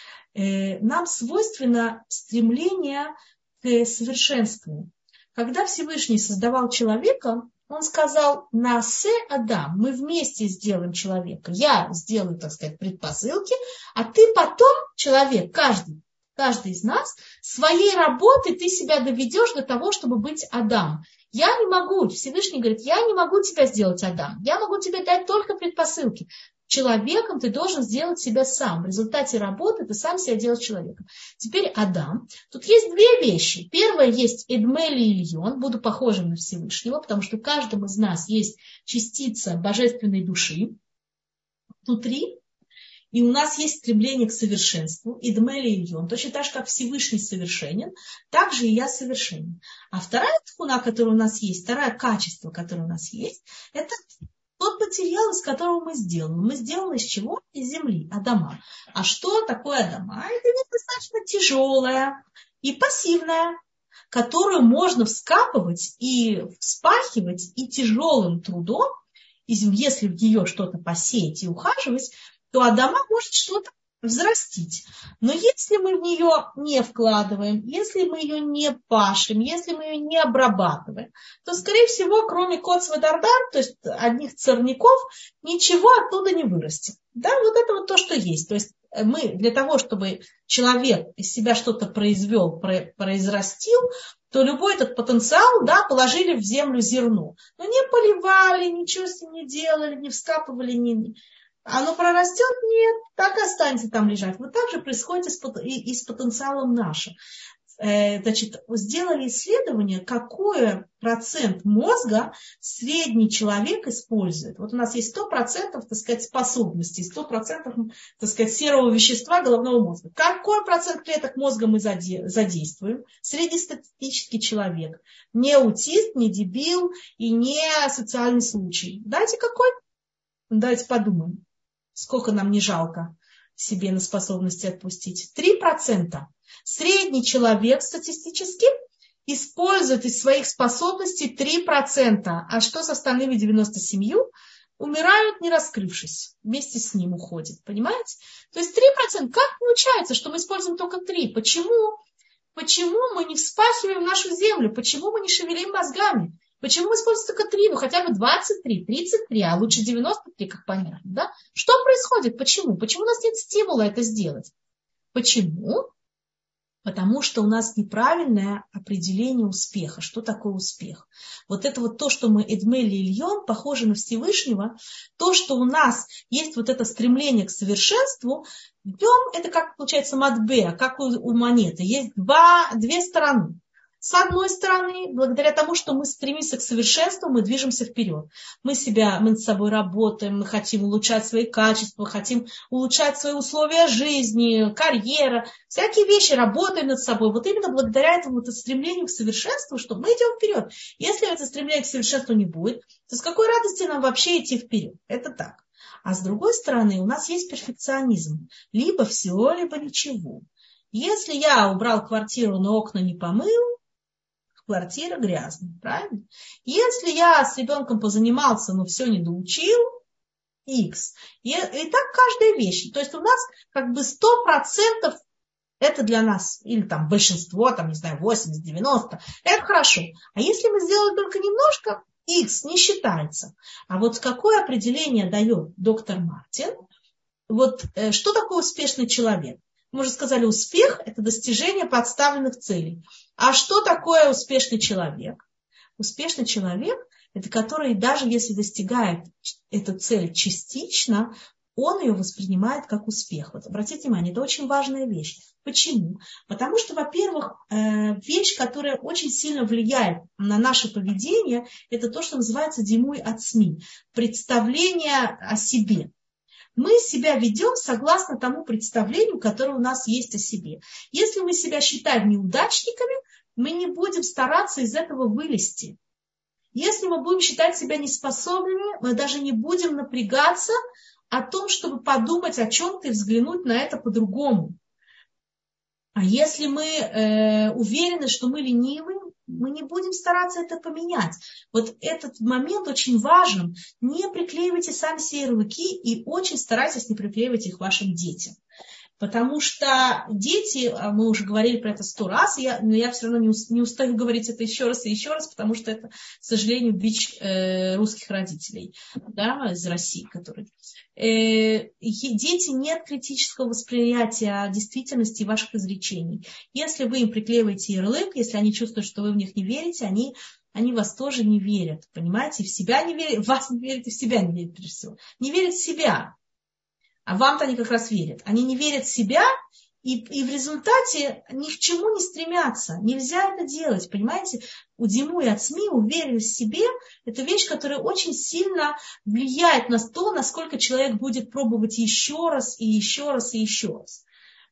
Нам свойственно стремление к совершенству. Когда Всевышний создавал человека, он сказал: «Наасе Адам», мы вместе сделаем человека. Я сделаю, так сказать, предпосылки, а ты потом, человек, каждый из нас, своей работой ты себя доведешь до того, чтобы быть Адам. Я не могу, Всевышний говорит, я не могу тебя сделать Адам. Я могу тебе дать только предпосылки. Человеком ты должен сделать себя сам. В результате работы ты сам себя делаешь человеком. Теперь Адам. Тут есть две вещи. Первое есть Эдмели Ильон. Буду похожим на Всевышнего, потому что в каждом из нас есть частица божественной души внутри. И у нас есть стремление к совершенству. Эдмели Ильон. Точно так же, как Всевышний совершенен, так же и я совершенен. А вторая тхуна, которая у нас есть, второе качество, которое у нас есть, это тот материал, из которого мы сделаны. Мы сделаны из чего? Из земли, Адама. А что такое Адама? Это вещь достаточно тяжелая и пассивная, которую можно вскапывать и вспахивать и тяжелым трудом. Если в нее что-то посеять и ухаживать, то Адама может что-то взрастить. Но если мы в нее не вкладываем, если мы ее не пашем, если мы ее не обрабатываем, то, скорее всего, кроме коцвадардар, то есть одних сорняков, ничего оттуда не вырастет. Да, вот это вот то, что есть. То есть мы для того, чтобы человек из себя что-то произвел, произрастил, то любой этот потенциал, да, положили в землю зерно. Но не поливали, ничего с ним не делали, не вскапывали, оно прорастет? Нет, так и останется там лежать. Вот так же происходит и с потенциалом нашим. Значит, сделали исследование, какой процент мозга средний человек использует. Вот у нас есть 100%, так сказать, способностей, 100%, так сказать, серого вещества головного мозга. Какой процент клеток мозга мы задействуем? Среднестатистический человек. Не аутист, не дебил и не социальный случай. Дайте какой? Давайте подумаем. Сколько нам не жалко себе на способности отпустить? 3%. Средний человек статистически использует из своих способностей 3%. А что с остальными 97%? Умирают, не раскрывшись. Вместе с ним уходит. Понимаете? То есть 3%. Как получается, что мы используем только 3%? Почему? Почему мы не вспахиваем нашу землю? Почему мы не шевелим мозгами? Почему мы используем только 3, ну хотя бы 23, 33, а лучше 93, как понятно, да? Что происходит? Почему? Почему у нас нет стимула это сделать? Почему? Потому что у нас неправильное определение успеха. Что такое успех? Вот это вот то, что мы Эдмели Ильон, похоже на Всевышнего, то, что у нас есть вот это стремление к совершенству, в нем это как получается матбеа, как у монеты. Есть две стороны. С одной стороны, благодаря тому, что мы стремимся к совершенству, мы движемся вперед. Мы над собой работаем, мы хотим улучшать свои качества, хотим улучшать свои условия жизни, карьера, всякие вещи, работаем над собой. Вот именно благодаря этому стремлению к совершенству, что мы идем вперед. Если это стремление к совершенству не будет, то с какой радости нам вообще идти вперед? Это так. А с другой стороны, у нас есть перфекционизм. Либо все, либо ничего. Если я убрал квартиру, но окна не помыл, квартира грязная, правильно? Если я с ребенком позанимался, но все не доучил, X. И так каждая вещь. То есть у нас как бы 100% это для нас, или там большинство, там, не знаю, 80, 90, это хорошо. А если мы сделали только немножко, X не считается. А вот какое определение дает доктор Мартин? Вот что такое успешный человек? Мы уже сказали, успех – это достижение поставленных целей. А что такое успешный человек? Успешный человек – это который, даже если достигает эту цель частично, он ее воспринимает как успех. Вот обратите внимание, это очень важная вещь. Почему? Потому что, во-первых, вещь, которая очень сильно влияет на наше поведение, это то, что называется димуй ацми, представление о себе. Мы себя ведем согласно тому представлению, которое у нас есть о себе. Если мы себя считаем неудачниками, мы не будем стараться из этого вылезти. Если мы будем считать себя неспособными, мы даже не будем напрягаться о том, чтобы подумать о чем-то и взглянуть на это по-другому. А если мы уверены, что мы ленивы, мы не будем стараться это поменять. Вот этот момент очень важен. Не приклеивайте сами себе ярлыки и очень старайтесь не приклеивать их вашим детям. Потому что дети, мы уже говорили про это 100 раз, но я все равно не устаю говорить это еще раз и еще раз, потому что это, к сожалению, бич русских родителей, да, из России, которые... Дети нет критического восприятия действительности ваших изречений. Если вы им приклеиваете ярлык, если они чувствуют, что вы в них не верите, они вас тоже не верят, понимаете, в себя не верят, в вас не верят и в себя не верят, прежде всего. Не верят в себя. А вам-то они как раз верят. Они не верят в себя, и в результате ни к чему не стремятся. Нельзя это делать, понимаете? У димуй ацми, уверенность в себе, это вещь, которая очень сильно влияет на то, насколько человек будет пробовать еще раз, и еще раз, и еще раз.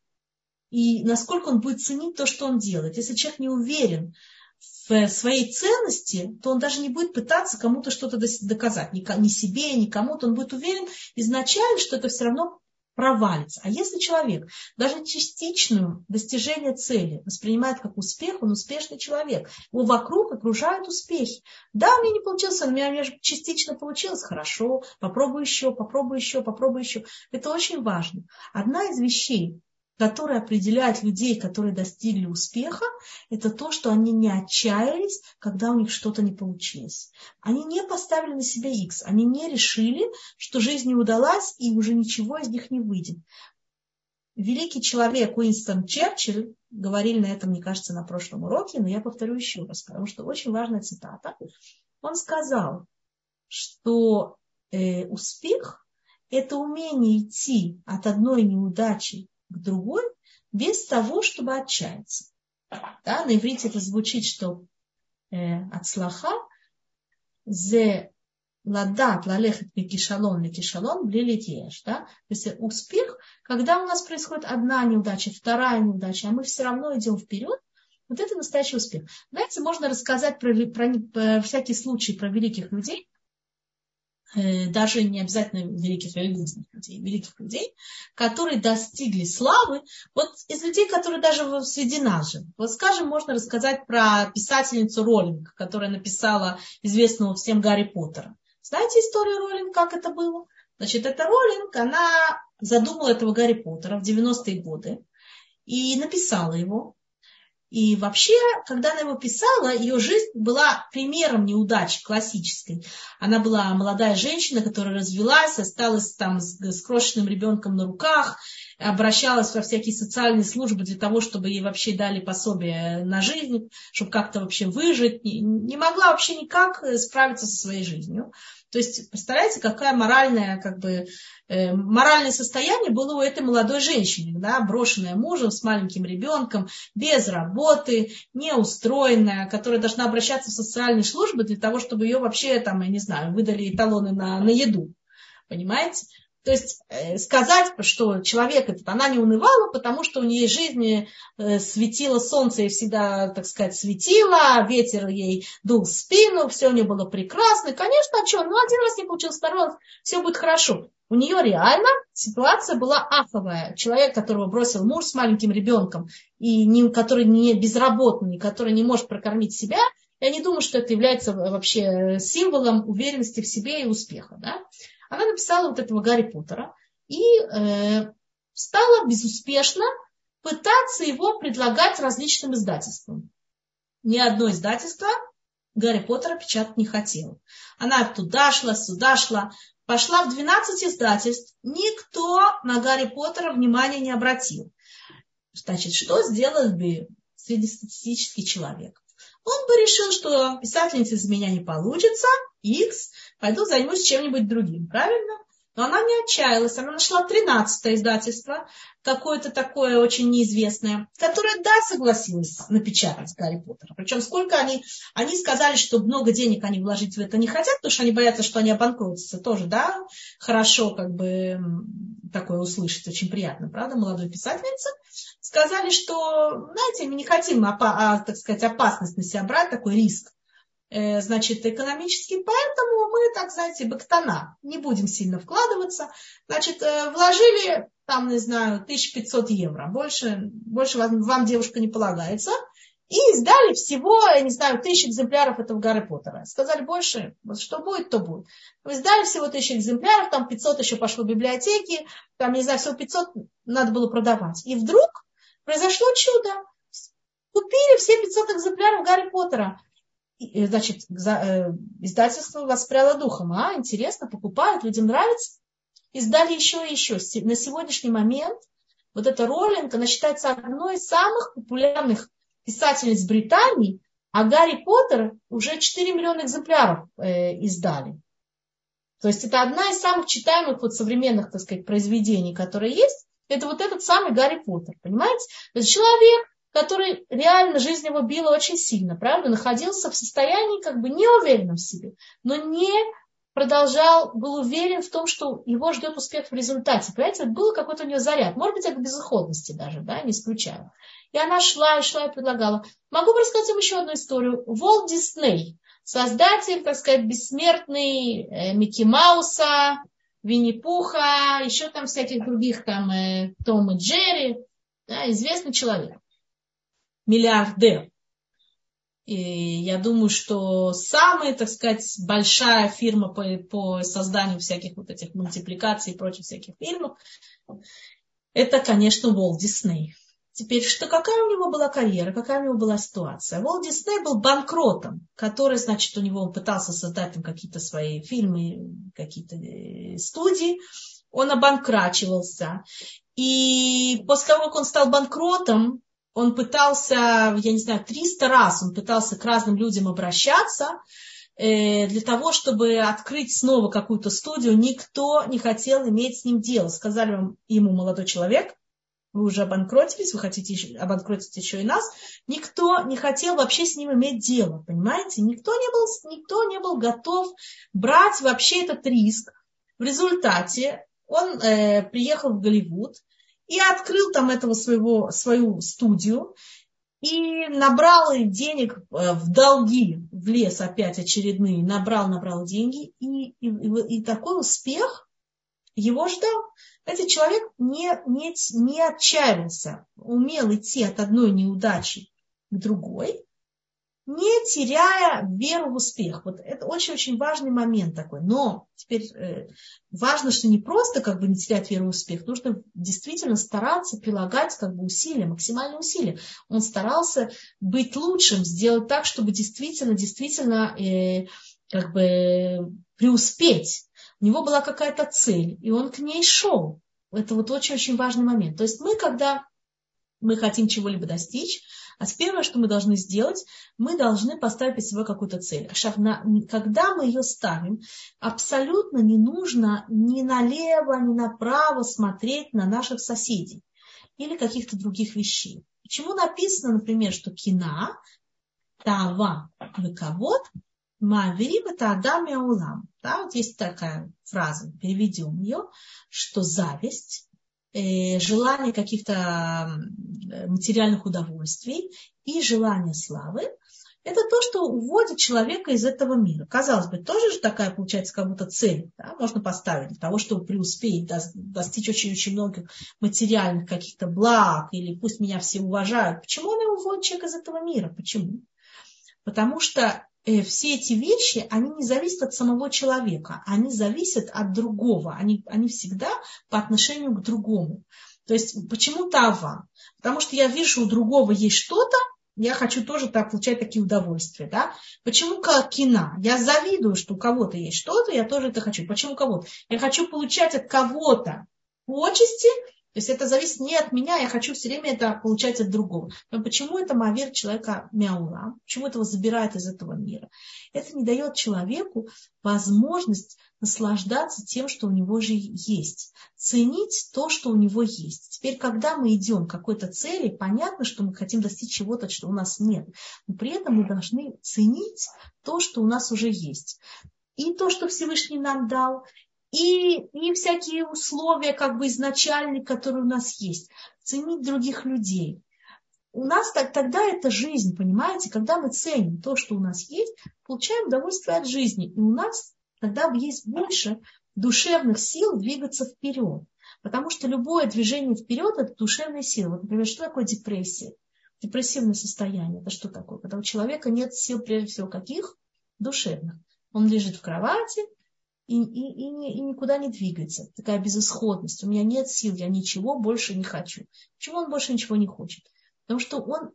И насколько он будет ценить то, что он делает. Если человек не уверен в своей ценности, то он даже не будет пытаться кому-то что-то доказать. Ни себе, ни кому-то. Он будет уверен изначально, что это все равно провалится. А если человек даже частичное достижение цели воспринимает как успех, он успешный человек. Его вокруг окружают успехи. Да, у меня не получилось, у меня частично получилось. Хорошо, попробуй еще, попробуй еще, попробуй еще. Это очень важно. Одна из вещей, которая определяет людей, которые достигли успеха, это то, что они не отчаялись, когда у них что-то не получилось. Они не поставили на себя X, они не решили, что жизнь не удалась и уже ничего из них не выйдет. Великий человек Уинстон Черчилль, говорили на этом, мне кажется, на прошлом уроке, но я повторю еще раз, потому что очень важная цитата. Он сказал, что успех – это умение идти от одной неудачи к другой, без того, чтобы отчаяться. Да, на иврите это звучит, что ацлаха зе ладат лалехет микишалон лекишалон блилитеш. То есть успех, когда у нас происходит одна неудача, вторая неудача, а мы все равно идем вперед, вот это настоящий успех. Знаете, можно рассказать про всякие случаи про великих людей, даже не обязательно великих религиозных людей, великих людей, которые достигли славы, вот из людей, которые даже среди нас же. Вот, скажем, можно рассказать про писательницу Роллинг, которая написала известного всем Гарри Поттера. Знаете историю Роллинг, как это было? Значит, эта Роллинг, она задумала этого Гарри Поттера в 90-е годы и написала его. И вообще, когда она его писала, ее жизнь была примером неудачи классической. Она была молодая женщина, которая развелась, осталась там с крошечным ребенком на руках, обращалась во всякие социальные службы для того, чтобы ей вообще дали пособие на жизнь, чтобы как-то вообще выжить. Не могла вообще никак справиться со своей жизнью. То есть, представляете, какое моральное состояние было у этой молодой женщины, да, брошенная мужем с маленьким ребенком, без работы, неустроенная, которая должна обращаться в социальные службы для того, чтобы ее вообще, там, я не знаю, выдали талоны на еду. Понимаете? То есть сказать, что человек этот, она не унывала, потому что у нее в жизни светило солнце, ей всегда, так сказать, светило, ветер ей дул в спину, все у нее было прекрасно. И, конечно, а что, ну один раз не получилось, второй раз, все будет хорошо. У нее реально ситуация была аховая. Человек, которого бросил муж с маленьким ребенком, и который не безработный, который не может прокормить себя, я не думаю, что это является вообще символом уверенности в себе и успеха. Да? Она написала вот этого Гарри Поттера и стала безуспешно пытаться его предлагать различным издательствам. Ни одно издательство Гарри Поттера печатать не хотело. Она туда шла, сюда шла, пошла в 12 издательств. Никто на Гарри Поттера внимания не обратил. Значит, что сделал бы среднестатистический человек? Он бы решил, что писательница из меня не получится, пойду займусь чем-нибудь другим, правильно? Но она не отчаялась, она нашла 13-е издательство, какое-то такое очень неизвестное, которое, да, согласилось напечатать Гарри Поттера. Причем сколько они сказали, что много денег они вложить в это не хотят, потому что они боятся, что они обанкротятся. Тоже, да, хорошо как бы такое услышать, очень приятно, правда, молодой писательнице. Сказали, что, знаете, мы не хотим, так сказать, опасность на себя брать, такой риск. Значит, экономический, поэтому мы, так знаете, бактана, не будем сильно вкладываться. Значит, вложили, там, не знаю, 1500 евро, больше вам, девушка, не полагается, и издали всего, я не знаю, 1000 экземпляров этого Гарри Поттера. Сказали больше, вот что будет, то будет. Издали всего 1000 экземпляров, там 500 еще пошло в библиотеки, там, не знаю, всего 500 надо было продавать. И вдруг произошло чудо. Купили все 500 экземпляров Гарри Поттера. Значит, издательство воспряло духом. Интересно, покупают, людям нравится. Издали еще и еще. На сегодняшний момент вот эта Роулинг, она считается одной из самых популярных писательниц Британии, а Гарри Поттер уже 4 миллиона экземпляров издали. То есть это одна из самых читаемых вот современных, так сказать, произведений, которые есть. Это вот этот самый Гарри Поттер, понимаете? То есть человек, который реально жизнь его била очень сильно, правда, находился в состоянии как бы неуверенном в себе, но не продолжал, был уверен в том, что его ждет успех в результате. Понимаете, вот был какой-то у нее заряд, может быть, от безысходности даже, да, не исключаю. И она шла и предлагала. Могу рассказать вам еще одну историю. Уолт Дисней, создатель, так сказать, бессмертный Микки Мауса, Винни-Пуха, еще там всяких других, там Том и Джерри, да, известный человек. Миллиардер. И я думаю, что самая, так сказать, большая фирма по созданию всяких вот этих мультипликаций и прочих всяких фильмов, это, конечно, Уолт Дисней. Теперь, какая у него была карьера, какая у него была ситуация? Уолт Дисней был банкротом, который, значит, он пытался создать там какие-то свои фильмы, какие-то студии, он обанкрачивался. И после того, как он стал банкротом, он пытался, я не знаю, 300 раз он пытался к разным людям обращаться для того, чтобы открыть снова какую-то студию. Никто не хотел иметь с ним дело. Сказали ему, молодой человек, вы уже обанкротились, вы хотите обанкротить еще и нас. Никто не хотел вообще с ним иметь дело, понимаете? Никто не был готов брать вообще этот риск. В результате он приехал в Голливуд и открыл там свою студию и набрал денег в долги, влез опять очередные, набрал деньги, и такой успех его ждал. Этот человек не отчаивался, умел идти от одной неудачи к другой, не теряя веру в успех. Вот это очень-очень важный момент такой. Но теперь важно, что не просто как бы не терять веру в успех, нужно действительно стараться прилагать как бы усилия, максимальные усилия. Он старался быть лучшим, сделать так, чтобы действительно как бы преуспеть. У него была какая-то цель, и он к ней шел. Это вот очень-очень важный момент. То есть когда мы хотим чего-либо достичь, а первое, что мы должны сделать, мы должны поставить перед собой какую-то цель. Когда мы ее ставим, абсолютно не нужно ни налево, ни направо смотреть на наших соседей или каких-то других вещей. Почему написано, например, что кина, тава, вековод, Ма'авирим это адам и аулам. Да, вот есть такая фраза, переведем ее, что зависть, желание каких-то материальных удовольствий и желание славы — это то, что уводит человека из этого мира. Казалось бы, тоже же такая получается как будто цель, да, можно поставить для того, чтобы преуспеть, достичь очень-очень многих материальных каких-то благ, или пусть меня все уважают. Почему она уводит человека из этого мира? Почему? Потому что все эти вещи, они не зависят от самого человека, они зависят от другого, они всегда по отношению к другому. То есть почему тава? Потому что я вижу, у другого есть что-то, я хочу тоже получать такие удовольствия. Да? Почему кина? Я завидую, что у кого-то есть что-то, я тоже это хочу. Почему кого-то? Я хочу получать от кого-то почести. То есть это зависит не от меня, я хочу все время это получать от другого. Но почему это мавир человека мяула? Почему это его забирает из этого мира? Это не дает человеку возможность наслаждаться тем, что у него же есть. Ценить то, что у него есть. Теперь, когда мы идем к какой-то цели, понятно, что мы хотим достичь чего-то, что у нас нет. Но при этом мы должны ценить то, что у нас уже есть. И то, что Всевышний нам дал, и всякие условия как бы изначальные, которые у нас есть. Ценить других людей. У нас тогда это жизнь, понимаете? Когда мы ценим то, что у нас есть, получаем удовольствие от жизни. И у нас тогда есть больше душевных сил двигаться вперед. Потому что любое движение вперед – это душевные силы. Вот, например, что такое депрессия? Депрессивное состояние – это что такое? Когда у человека нет сил, прежде всего, каких? Душевных. Он лежит в кровати, и никуда не двигается. Такая безысходность. У меня нет сил, я ничего больше не хочу. Почему он больше ничего не хочет? Потому что он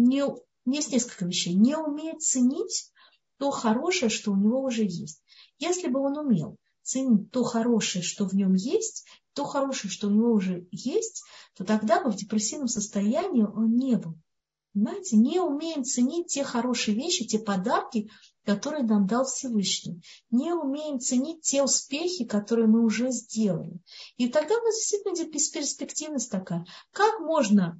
есть несколько вещей. Не умеет ценить то хорошее, что у него уже есть. Если бы он умел ценить то хорошее, что в нем есть, то хорошее, что у него уже есть, то тогда бы в депрессивном состоянии он не был. Понимаете, не умеем ценить те хорошие вещи, те подарки, которые нам дал Всевышний. Не умеем ценить те успехи, которые мы уже сделали. И тогда у нас действительно бесперспективность такая. Как можно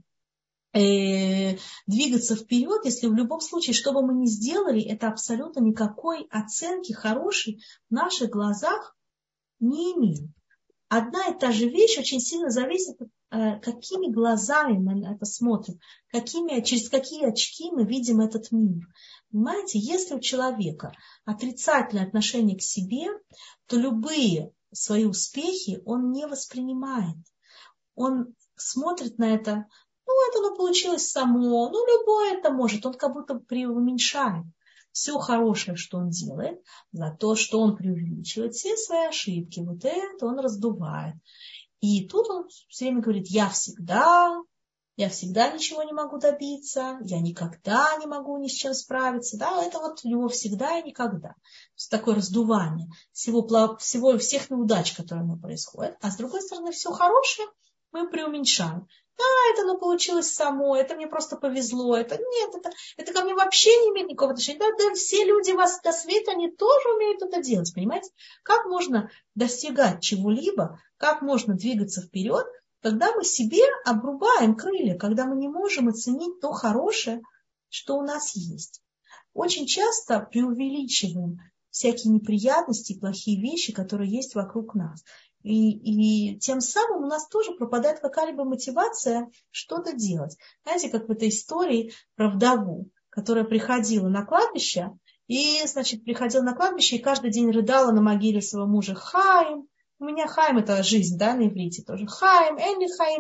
двигаться вперед, если в любом случае, что бы мы ни сделали, это абсолютно никакой оценки хорошей в наших глазах не имеет. Одна и та же вещь очень сильно зависит от какими глазами мы на это смотрим, через какие очки мы видим этот мир. Понимаете, если у человека отрицательное отношение к себе, то любые свои успехи он не воспринимает. Он смотрит на это, это получилось само, любое это может, он как будто преуменьшает все хорошее, что он делает, за то, что он преувеличивает все свои ошибки, вот это он раздувает. И тут он все время говорит, я всегда ничего не могу добиться, я никогда не могу ни с чем справиться. Да, это вот у него всегда и никогда. То есть такое раздувание всех неудач, которые у происходят. А с другой стороны, все хорошее мы преуменьшаем. Это получилось само, это мне просто повезло, это ко мне вообще не имеет никакого отношения. Да, все люди вас до света, они тоже умеют это делать, понимаете? Как можно достигать чего-либо, как можно двигаться вперед, когда мы себе обрубаем крылья, когда мы не можем оценить то хорошее, что у нас есть. Очень часто преувеличиваем всякие неприятности и плохие вещи, которые есть вокруг нас. И тем самым у нас тоже пропадает какая-либо мотивация что-то делать. Знаете, как в этой истории про вдову, которая приходила на кладбище, и каждый день рыдала на могиле своего мужа: Хаим, у меня Хаим — это жизнь, да, на иврите тоже. Хаим, энли Хаим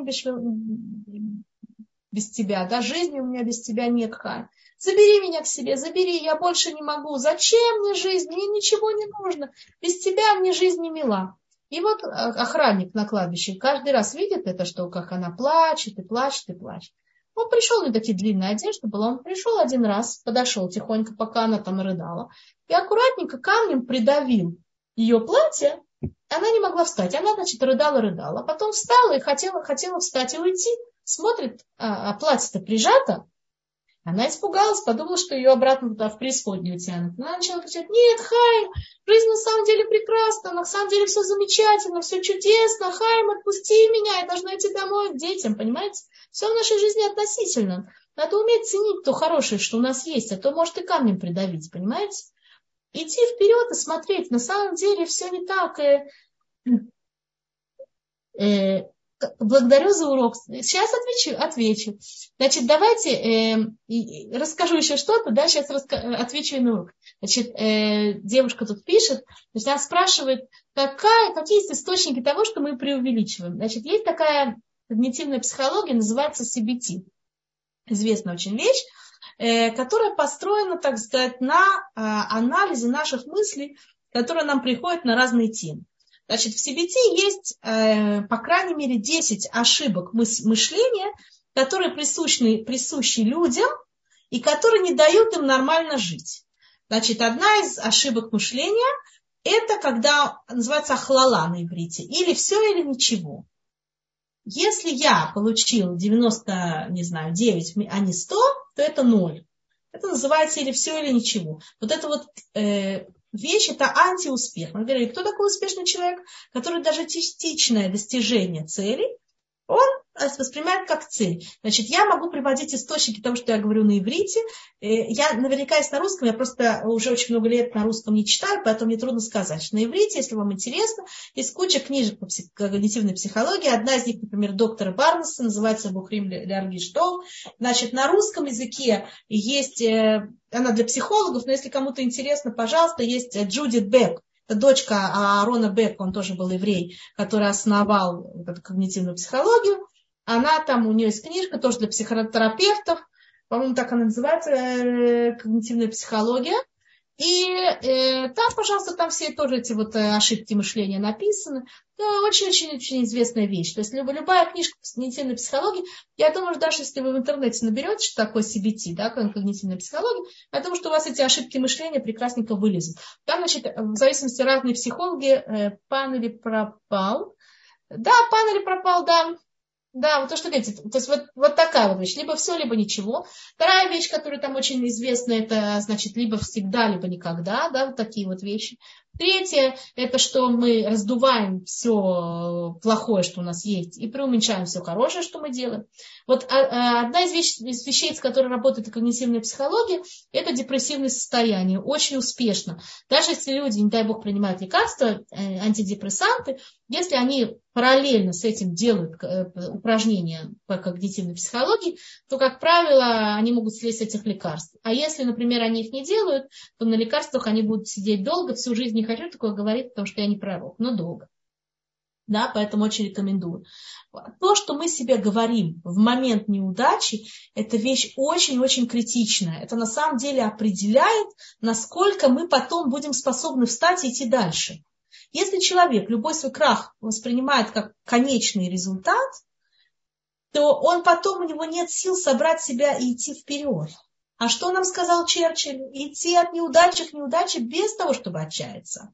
без тебя, да, жизни у меня без тебя нет, Хаим. Забери меня к себе, забери, я больше не могу. Зачем мне жизнь? Мне ничего не нужно. Без тебя мне жизнь не мила. И вот охранник на кладбище каждый раз видит это, что как она плачет и плачет и плачет. Он пришел, у нее такие длинные одежды была, он пришел один раз, подошел тихонько, пока она там рыдала, и аккуратненько камнем придавил ее платье, и она не могла встать. Она, значит, рыдала, потом встала и хотела встать и уйти. Смотрит, а платье-то прижато. Она испугалась, подумала, что ее обратно туда в преисподнюю тянут. Она начала кричать: нет, Хаим, жизнь на самом деле прекрасна, на самом деле все замечательно, все чудесно, Хаим, отпусти меня, я должна идти домой к детям, понимаете? Все в нашей жизни относительно. Надо уметь ценить то хорошее, что у нас есть, а то может и камнем придавить, понимаете? идти вперед и смотреть. На самом деле все не так. Благодарю за урок. Сейчас отвечу. Значит, давайте расскажу еще что-то, да, сейчас отвечу на урок. Значит, девушка тут пишет, значит, она спрашивает, какие есть источники того, что мы преувеличиваем. Значит, есть такая когнитивная психология, называется CBT. Известная очень вещь, которая построена, так сказать, на анализе наших мыслей, которые нам приходят на разные темы. Значит, в CBT есть, по крайней мере, 10 ошибок мышления, которые присущи людям и которые не дают им нормально жить. Значит, одна из ошибок мышления – это когда называется ахлала на иврите, или все, или ничего. Если я получил 99, а не 100, то это 0. Это называется или все, или ничего. Вот это вот вещь – это антиуспех. Мы говорили, кто такой успешный человек, который даже частичное достижение цели, он воспринимает как цель. Значит, я могу приводить источники того, что я говорю на иврите. Я наверняка есть на русском, я просто уже очень много лет на русском не читаю, поэтому мне трудно сказать, что на иврите, если вам интересно, есть куча книжек по когнитивной психологии. Одна из них, например, доктора Барнеса, называется «Бухрим ляргиш тов». Значит, на русском языке есть, она для психологов, но если кому-то интересно, пожалуйста, есть Джудит Бек. Это дочка Аарона Бека, он тоже был еврей, который основал эту когнитивную психологию. Она там, у нее есть книжка, тоже для психотерапевтов, по-моему, так она называется, когнитивная психология. И там, пожалуйста, там все тоже эти вот ошибки мышления написаны. Очень-очень-очень известная вещь. То есть любая книжка по когнитивной психологии, я думаю, что даже если вы в интернете наберете, что такое CBT, да, когнитивная психология, я думаю, что у вас эти ошибки мышления прекрасненько вылезут. Там, значит, в зависимости разные психологи, пан или пропал. Да, пан или пропал, да. Да, вот то, что говорите, то есть вот такая вот вещь, либо все, либо ничего. Вторая вещь, которая там очень известна, это, значит, либо всегда, либо никогда, да, вот такие вот вещи. Третье, это что мы раздуваем все плохое, что у нас есть, и преуменьшаем все хорошее, что мы делаем. Вот одна из вещей, с которой работает когнитивная психология, это депрессивное состояние, очень успешно. Даже если люди, не дай бог, принимают лекарства, антидепрессанты, если они параллельно с этим делают упражнения по когнитивной психологии, то, как правило, они могут слезть с этих лекарств. А если, например, они их не делают, то на лекарствах они будут сидеть долго, всю жизнь. Не хочу такое говорить, потому что я не пророк, но долго. Да, поэтому очень рекомендую. То, что мы себе говорим в момент неудачи, это вещь очень-очень критичная. Это на самом деле определяет, насколько мы потом будем способны встать и идти дальше. Если человек любой свой крах воспринимает как конечный результат, то он потом, у него нет сил собрать себя и идти вперед. А что нам сказал Черчилль? Идти от неудачи к неудаче без того, чтобы отчаяться.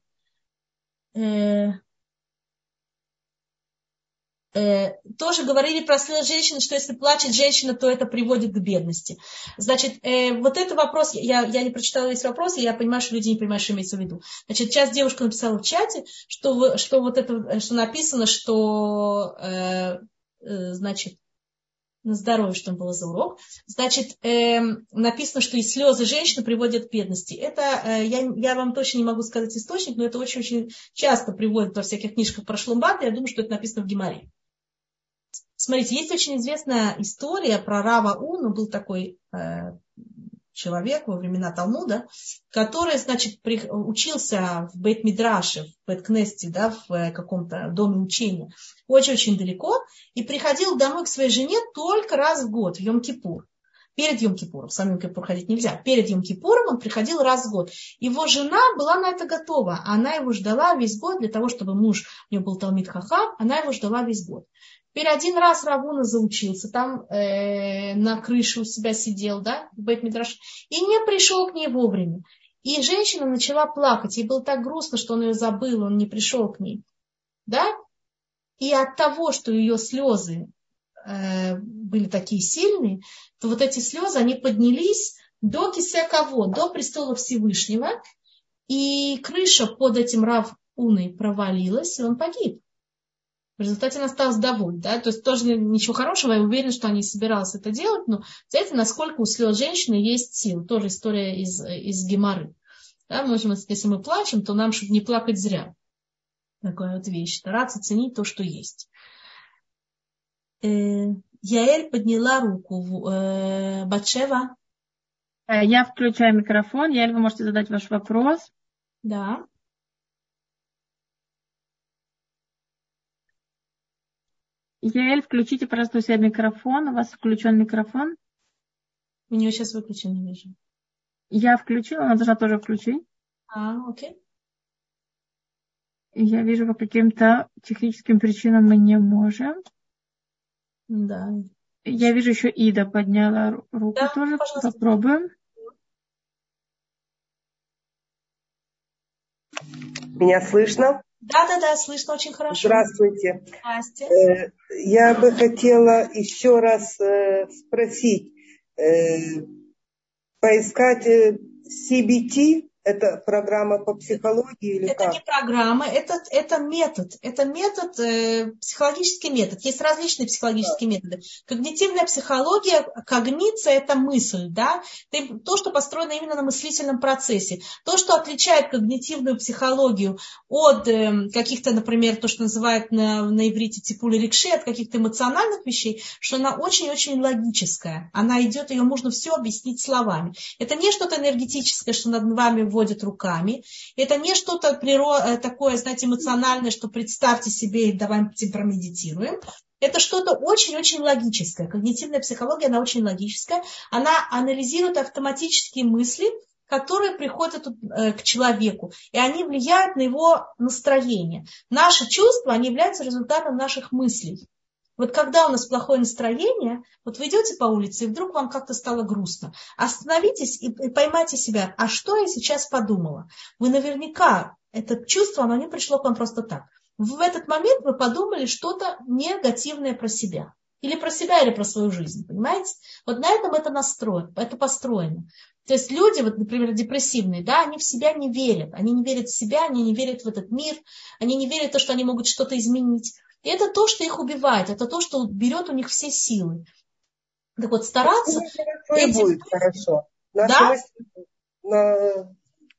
Тоже говорили про слез женщины, что если плачет женщина, то это приводит к бедности. Значит, вот этот вопрос, я не прочитала весь вопрос, и я понимаю, что люди не понимают, что имеется в виду. Значит, сейчас девушка написала в чате, что вот это, что написано, что, значит, на здоровье, что было за урок. Значит, написано, что и слезы женщины приводят к бедности. Это, я вам точно не могу сказать источник, но это очень-очень часто приводят во всяких книжках про Шлумбат, я думаю, что это написано в Гемаре. Смотрите, есть очень известная история про Рава Уну, был такой человек во времена Талмуда, который, значит, учился в Бейт-Мидраше, в Бейт-Кнесте, да, в каком-то доме учения, очень-очень далеко, и приходил домой к своей жене только раз в год, в Йом-Кипур. Перед Йом-Кипуром, сам Йом-Кипур ходить нельзя, перед Йом-Кипуром он приходил раз в год. Его жена была на это готова, она его ждала весь год для того, чтобы муж, у него был Талмид Хахам, она его ждала весь год. Теперь один раз Рав Уна заучился, там на крыше у себя сидел, да, в Бейт-Мидраше, и не пришел к ней вовремя. И женщина начала плакать, ей было так грустно, что он ее забыл, он не пришел к ней, да. И от того, что ее слезы были такие сильные, то вот эти слезы, они поднялись до кисея кавод, до престола Всевышнего, и крыша под этим Рав Уной провалилась, и он погиб. В результате он остался доволен. Да? То есть тоже ничего хорошего, я уверена, что они собирались это делать, но знаете, насколько у слез женщины есть сил. Тоже история из Гемары. Да, если мы плачем, то нам, чтобы не плакать зря. Такая вот вещь. Стараться ценить то, что есть. Яэль подняла руку. Батшева. Я включаю микрофон. Яэль, вы можете задать ваш вопрос. Да. Яэль, включите, пожалуйста, у себя микрофон. У вас включен микрофон. У нее сейчас выключен, не вижу. Я включила, она должна тоже включить. Окей. Я вижу, по каким-то техническим причинам мы не можем. Да. Я вижу, еще Ида подняла руку Да, тоже. пожалуйста. Попробуем. Меня слышно? Да, слышно очень хорошо. Здравствуйте. Здрасте. Я бы хотела еще раз спросить, поискать CBT, это программа по психологии или Это как? не программа, это метод. Это метод, психологический метод. Есть различные психологические методы. Когнитивная психология, когниция – это мысль, да? То, что построено именно на мыслительном процессе. То, что отличает когнитивную психологию от каких-то, например, то, что называют на иврите типуль рикши, от каких-то эмоциональных вещей, что она очень-очень логическая. Она идет, ее можно все объяснить словами. Это не что-то энергетическое, что над вами вводят руками. Это не что-то такое, знаете, эмоциональное, что представьте себе и давайте промедитируем. Это что-то очень-очень логическое. Когнитивная психология, она очень логическая. Она анализирует автоматические мысли, которые приходят к человеку, и они влияют на его настроение. Наши чувства, они являются результатом наших мыслей. Вот когда у нас плохое настроение, вот вы идете по улице, и вдруг вам как-то стало грустно. Остановитесь и поймайте себя, а что я сейчас подумала? Вы наверняка, это чувство, оно не пришло к вам просто так. В этот момент вы подумали что-то негативное про себя. Или про себя, или про свою жизнь, понимаете? Вот на этом это построено. То есть люди, вот, например, депрессивные, да, они в себя не верят. Они не верят в себя, они не верят в этот мир, они не верят в то, что они могут что-то изменить. И это то, что их убивает, это то, что берет у них все силы. Так вот, стараться... Хорошо и будет хорошо. Наши Да? мысли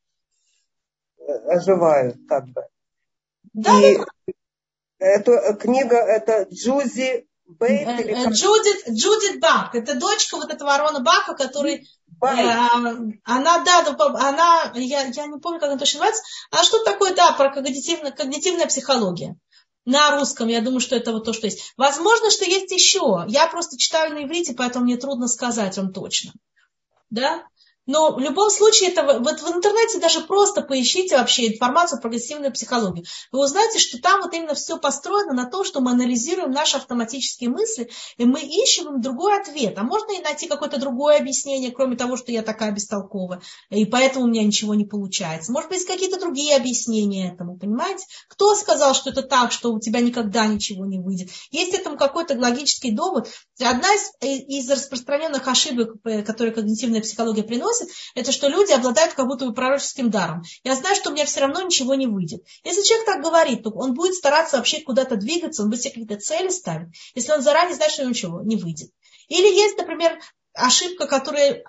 оживают как бы. Да, и да. Эта книга, это Джузи Бейт или как? Джудит Бак. Это дочка вот этого Арона Бака, который... она, я не помню, как она точно называется. А что такое, да, про когнитивная психология? На русском, я думаю, что это вот то, что есть. Возможно, что есть еще. Я просто читаю на иврите, поэтому мне трудно сказать вам точно. Да? Но в любом случае, это вот в интернете даже просто поищите вообще информацию про когнитивную психологию. Вы узнаете, что там вот именно все построено на том, что мы анализируем наши автоматические мысли, и мы ищем им другой ответ. А можно и найти какое-то другое объяснение, кроме того, что я такая бестолковая, и поэтому у меня ничего не получается. Может быть, какие-то другие объяснения этому, понимаете? Кто сказал, что это так, что у тебя никогда ничего не выйдет? Есть этому какой-то логический довод. Одна из распространенных ошибок, которые когнитивная психология приносит, это что люди обладают как будто бы пророческим даром. Я знаю, что у меня все равно ничего не выйдет. Если человек так говорит, то он будет стараться вообще куда-то двигаться, он будет себе какие-то цели ставить, если он заранее знает, что у него ничего не выйдет. Или есть, например, ошибка, которую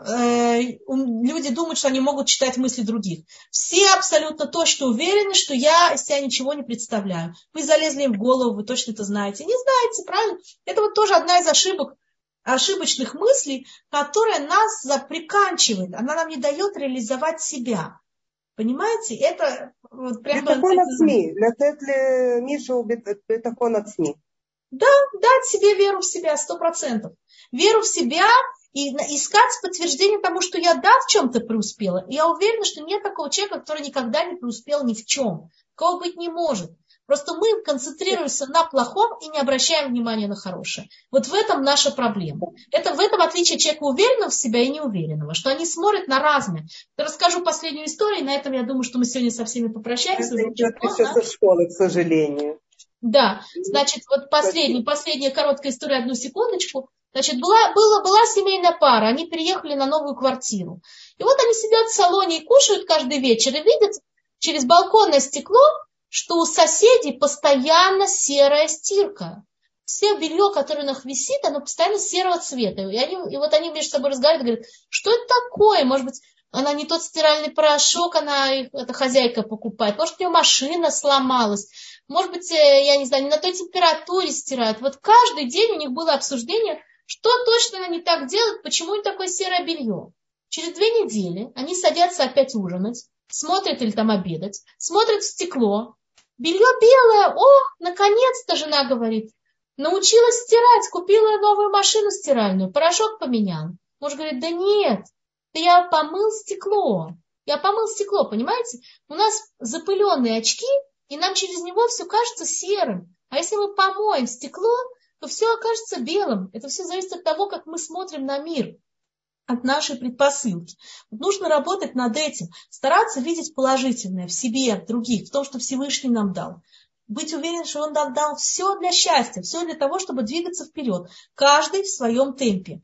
люди думают, что они могут читать мысли других. Все абсолютно точно уверены, что я из себя ничего не представляю. Вы залезли им в голову, вы точно это знаете. Не знаете, правильно? Это вот тоже одна из ошибочных мыслей, которая нас заприканчивает. Она нам не дает реализовать себя. Понимаете? Это вот прямо... ביטחון עצמי, לתת למישהו ביטחון עצמי. Да, дать себе веру в себя 100%. Веру в себя и искать подтверждение тому, что я да в чем-то преуспела. И я уверена, что нет такого человека, который никогда не преуспел ни в чем. Такого быть не может. Просто мы концентрируемся на плохом и не обращаем внимания на хорошее. Вот в этом наша проблема. Это в этом отличие человека уверенного в себя и неуверенного, что они смотрят на разное. Расскажу последнюю историю, и на этом я думаю, что мы сегодня со всеми попрощаемся. Это идет еще со школы, к сожалению. Да, значит, вот последняя короткая история, одну секундочку. Значит, была семейная пара, они переехали на новую квартиру. И вот они сидят в салоне и кушают каждый вечер, и видят через балконное стекло, что у соседей постоянно серая стирка. Все белье, которое у них висит, оно постоянно серого цвета. И вот они между собой разговаривают, говорят, что это такое? Может быть, она не тот стиральный порошок, эта хозяйка покупает. Может, у нее машина сломалась. Может быть, я не знаю, не на той температуре стирают. Вот каждый день у них было обсуждение, что точно она не так делает, почему у нее такое серое белье. Через 2 недели они садятся опять ужинать, смотрят или там обедать, смотрят в стекло. Белье белое, о, наконец-то, жена говорит. Научилась стирать, купила новую машину стиральную, порошок поменял. Муж говорит, да нет, да я помыл стекло. Я помыл стекло, понимаете? У нас запыленные очки, и нам через него все кажется серым. А если мы помоем стекло, то все окажется белым. Это все зависит от того, как мы смотрим на мир, от нашей предпосылки. Вот нужно работать над этим, стараться видеть положительное в себе, в других, в том, что Всевышний нам дал. Быть уверен, что Он нам дал все для счастья, все для того, чтобы двигаться вперед. Каждый в своем темпе.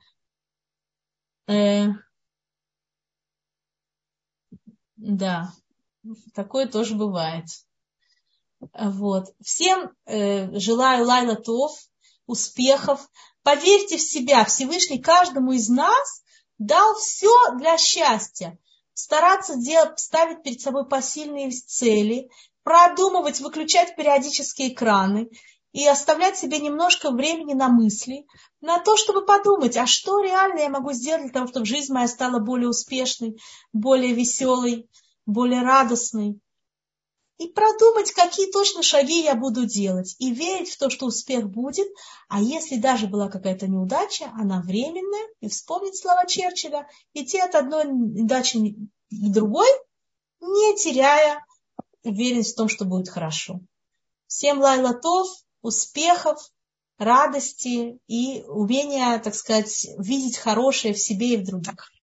Да, такое тоже бывает. Вот. Всем желаю лайла тов, успехов. Поверьте в себя, Всевышний каждому из нас дал все для счастья. Стараться ставить перед собой посильные цели, продумывать, выключать периодически экраны и оставлять себе немножко времени на мысли, на то, чтобы подумать, а что реально я могу сделать для того, чтобы жизнь моя стала более успешной, более веселой, более радостной. И продумать, какие точно шаги я буду делать. И верить в то, что успех будет. А если даже была какая-то неудача, она временная. И вспомнить слова Черчилля. Идти от одной неудачи к другой, не теряя уверенность в том, что будет хорошо. Всем лайла тов, успехов, радости и умения, так сказать, видеть хорошее в себе и в других.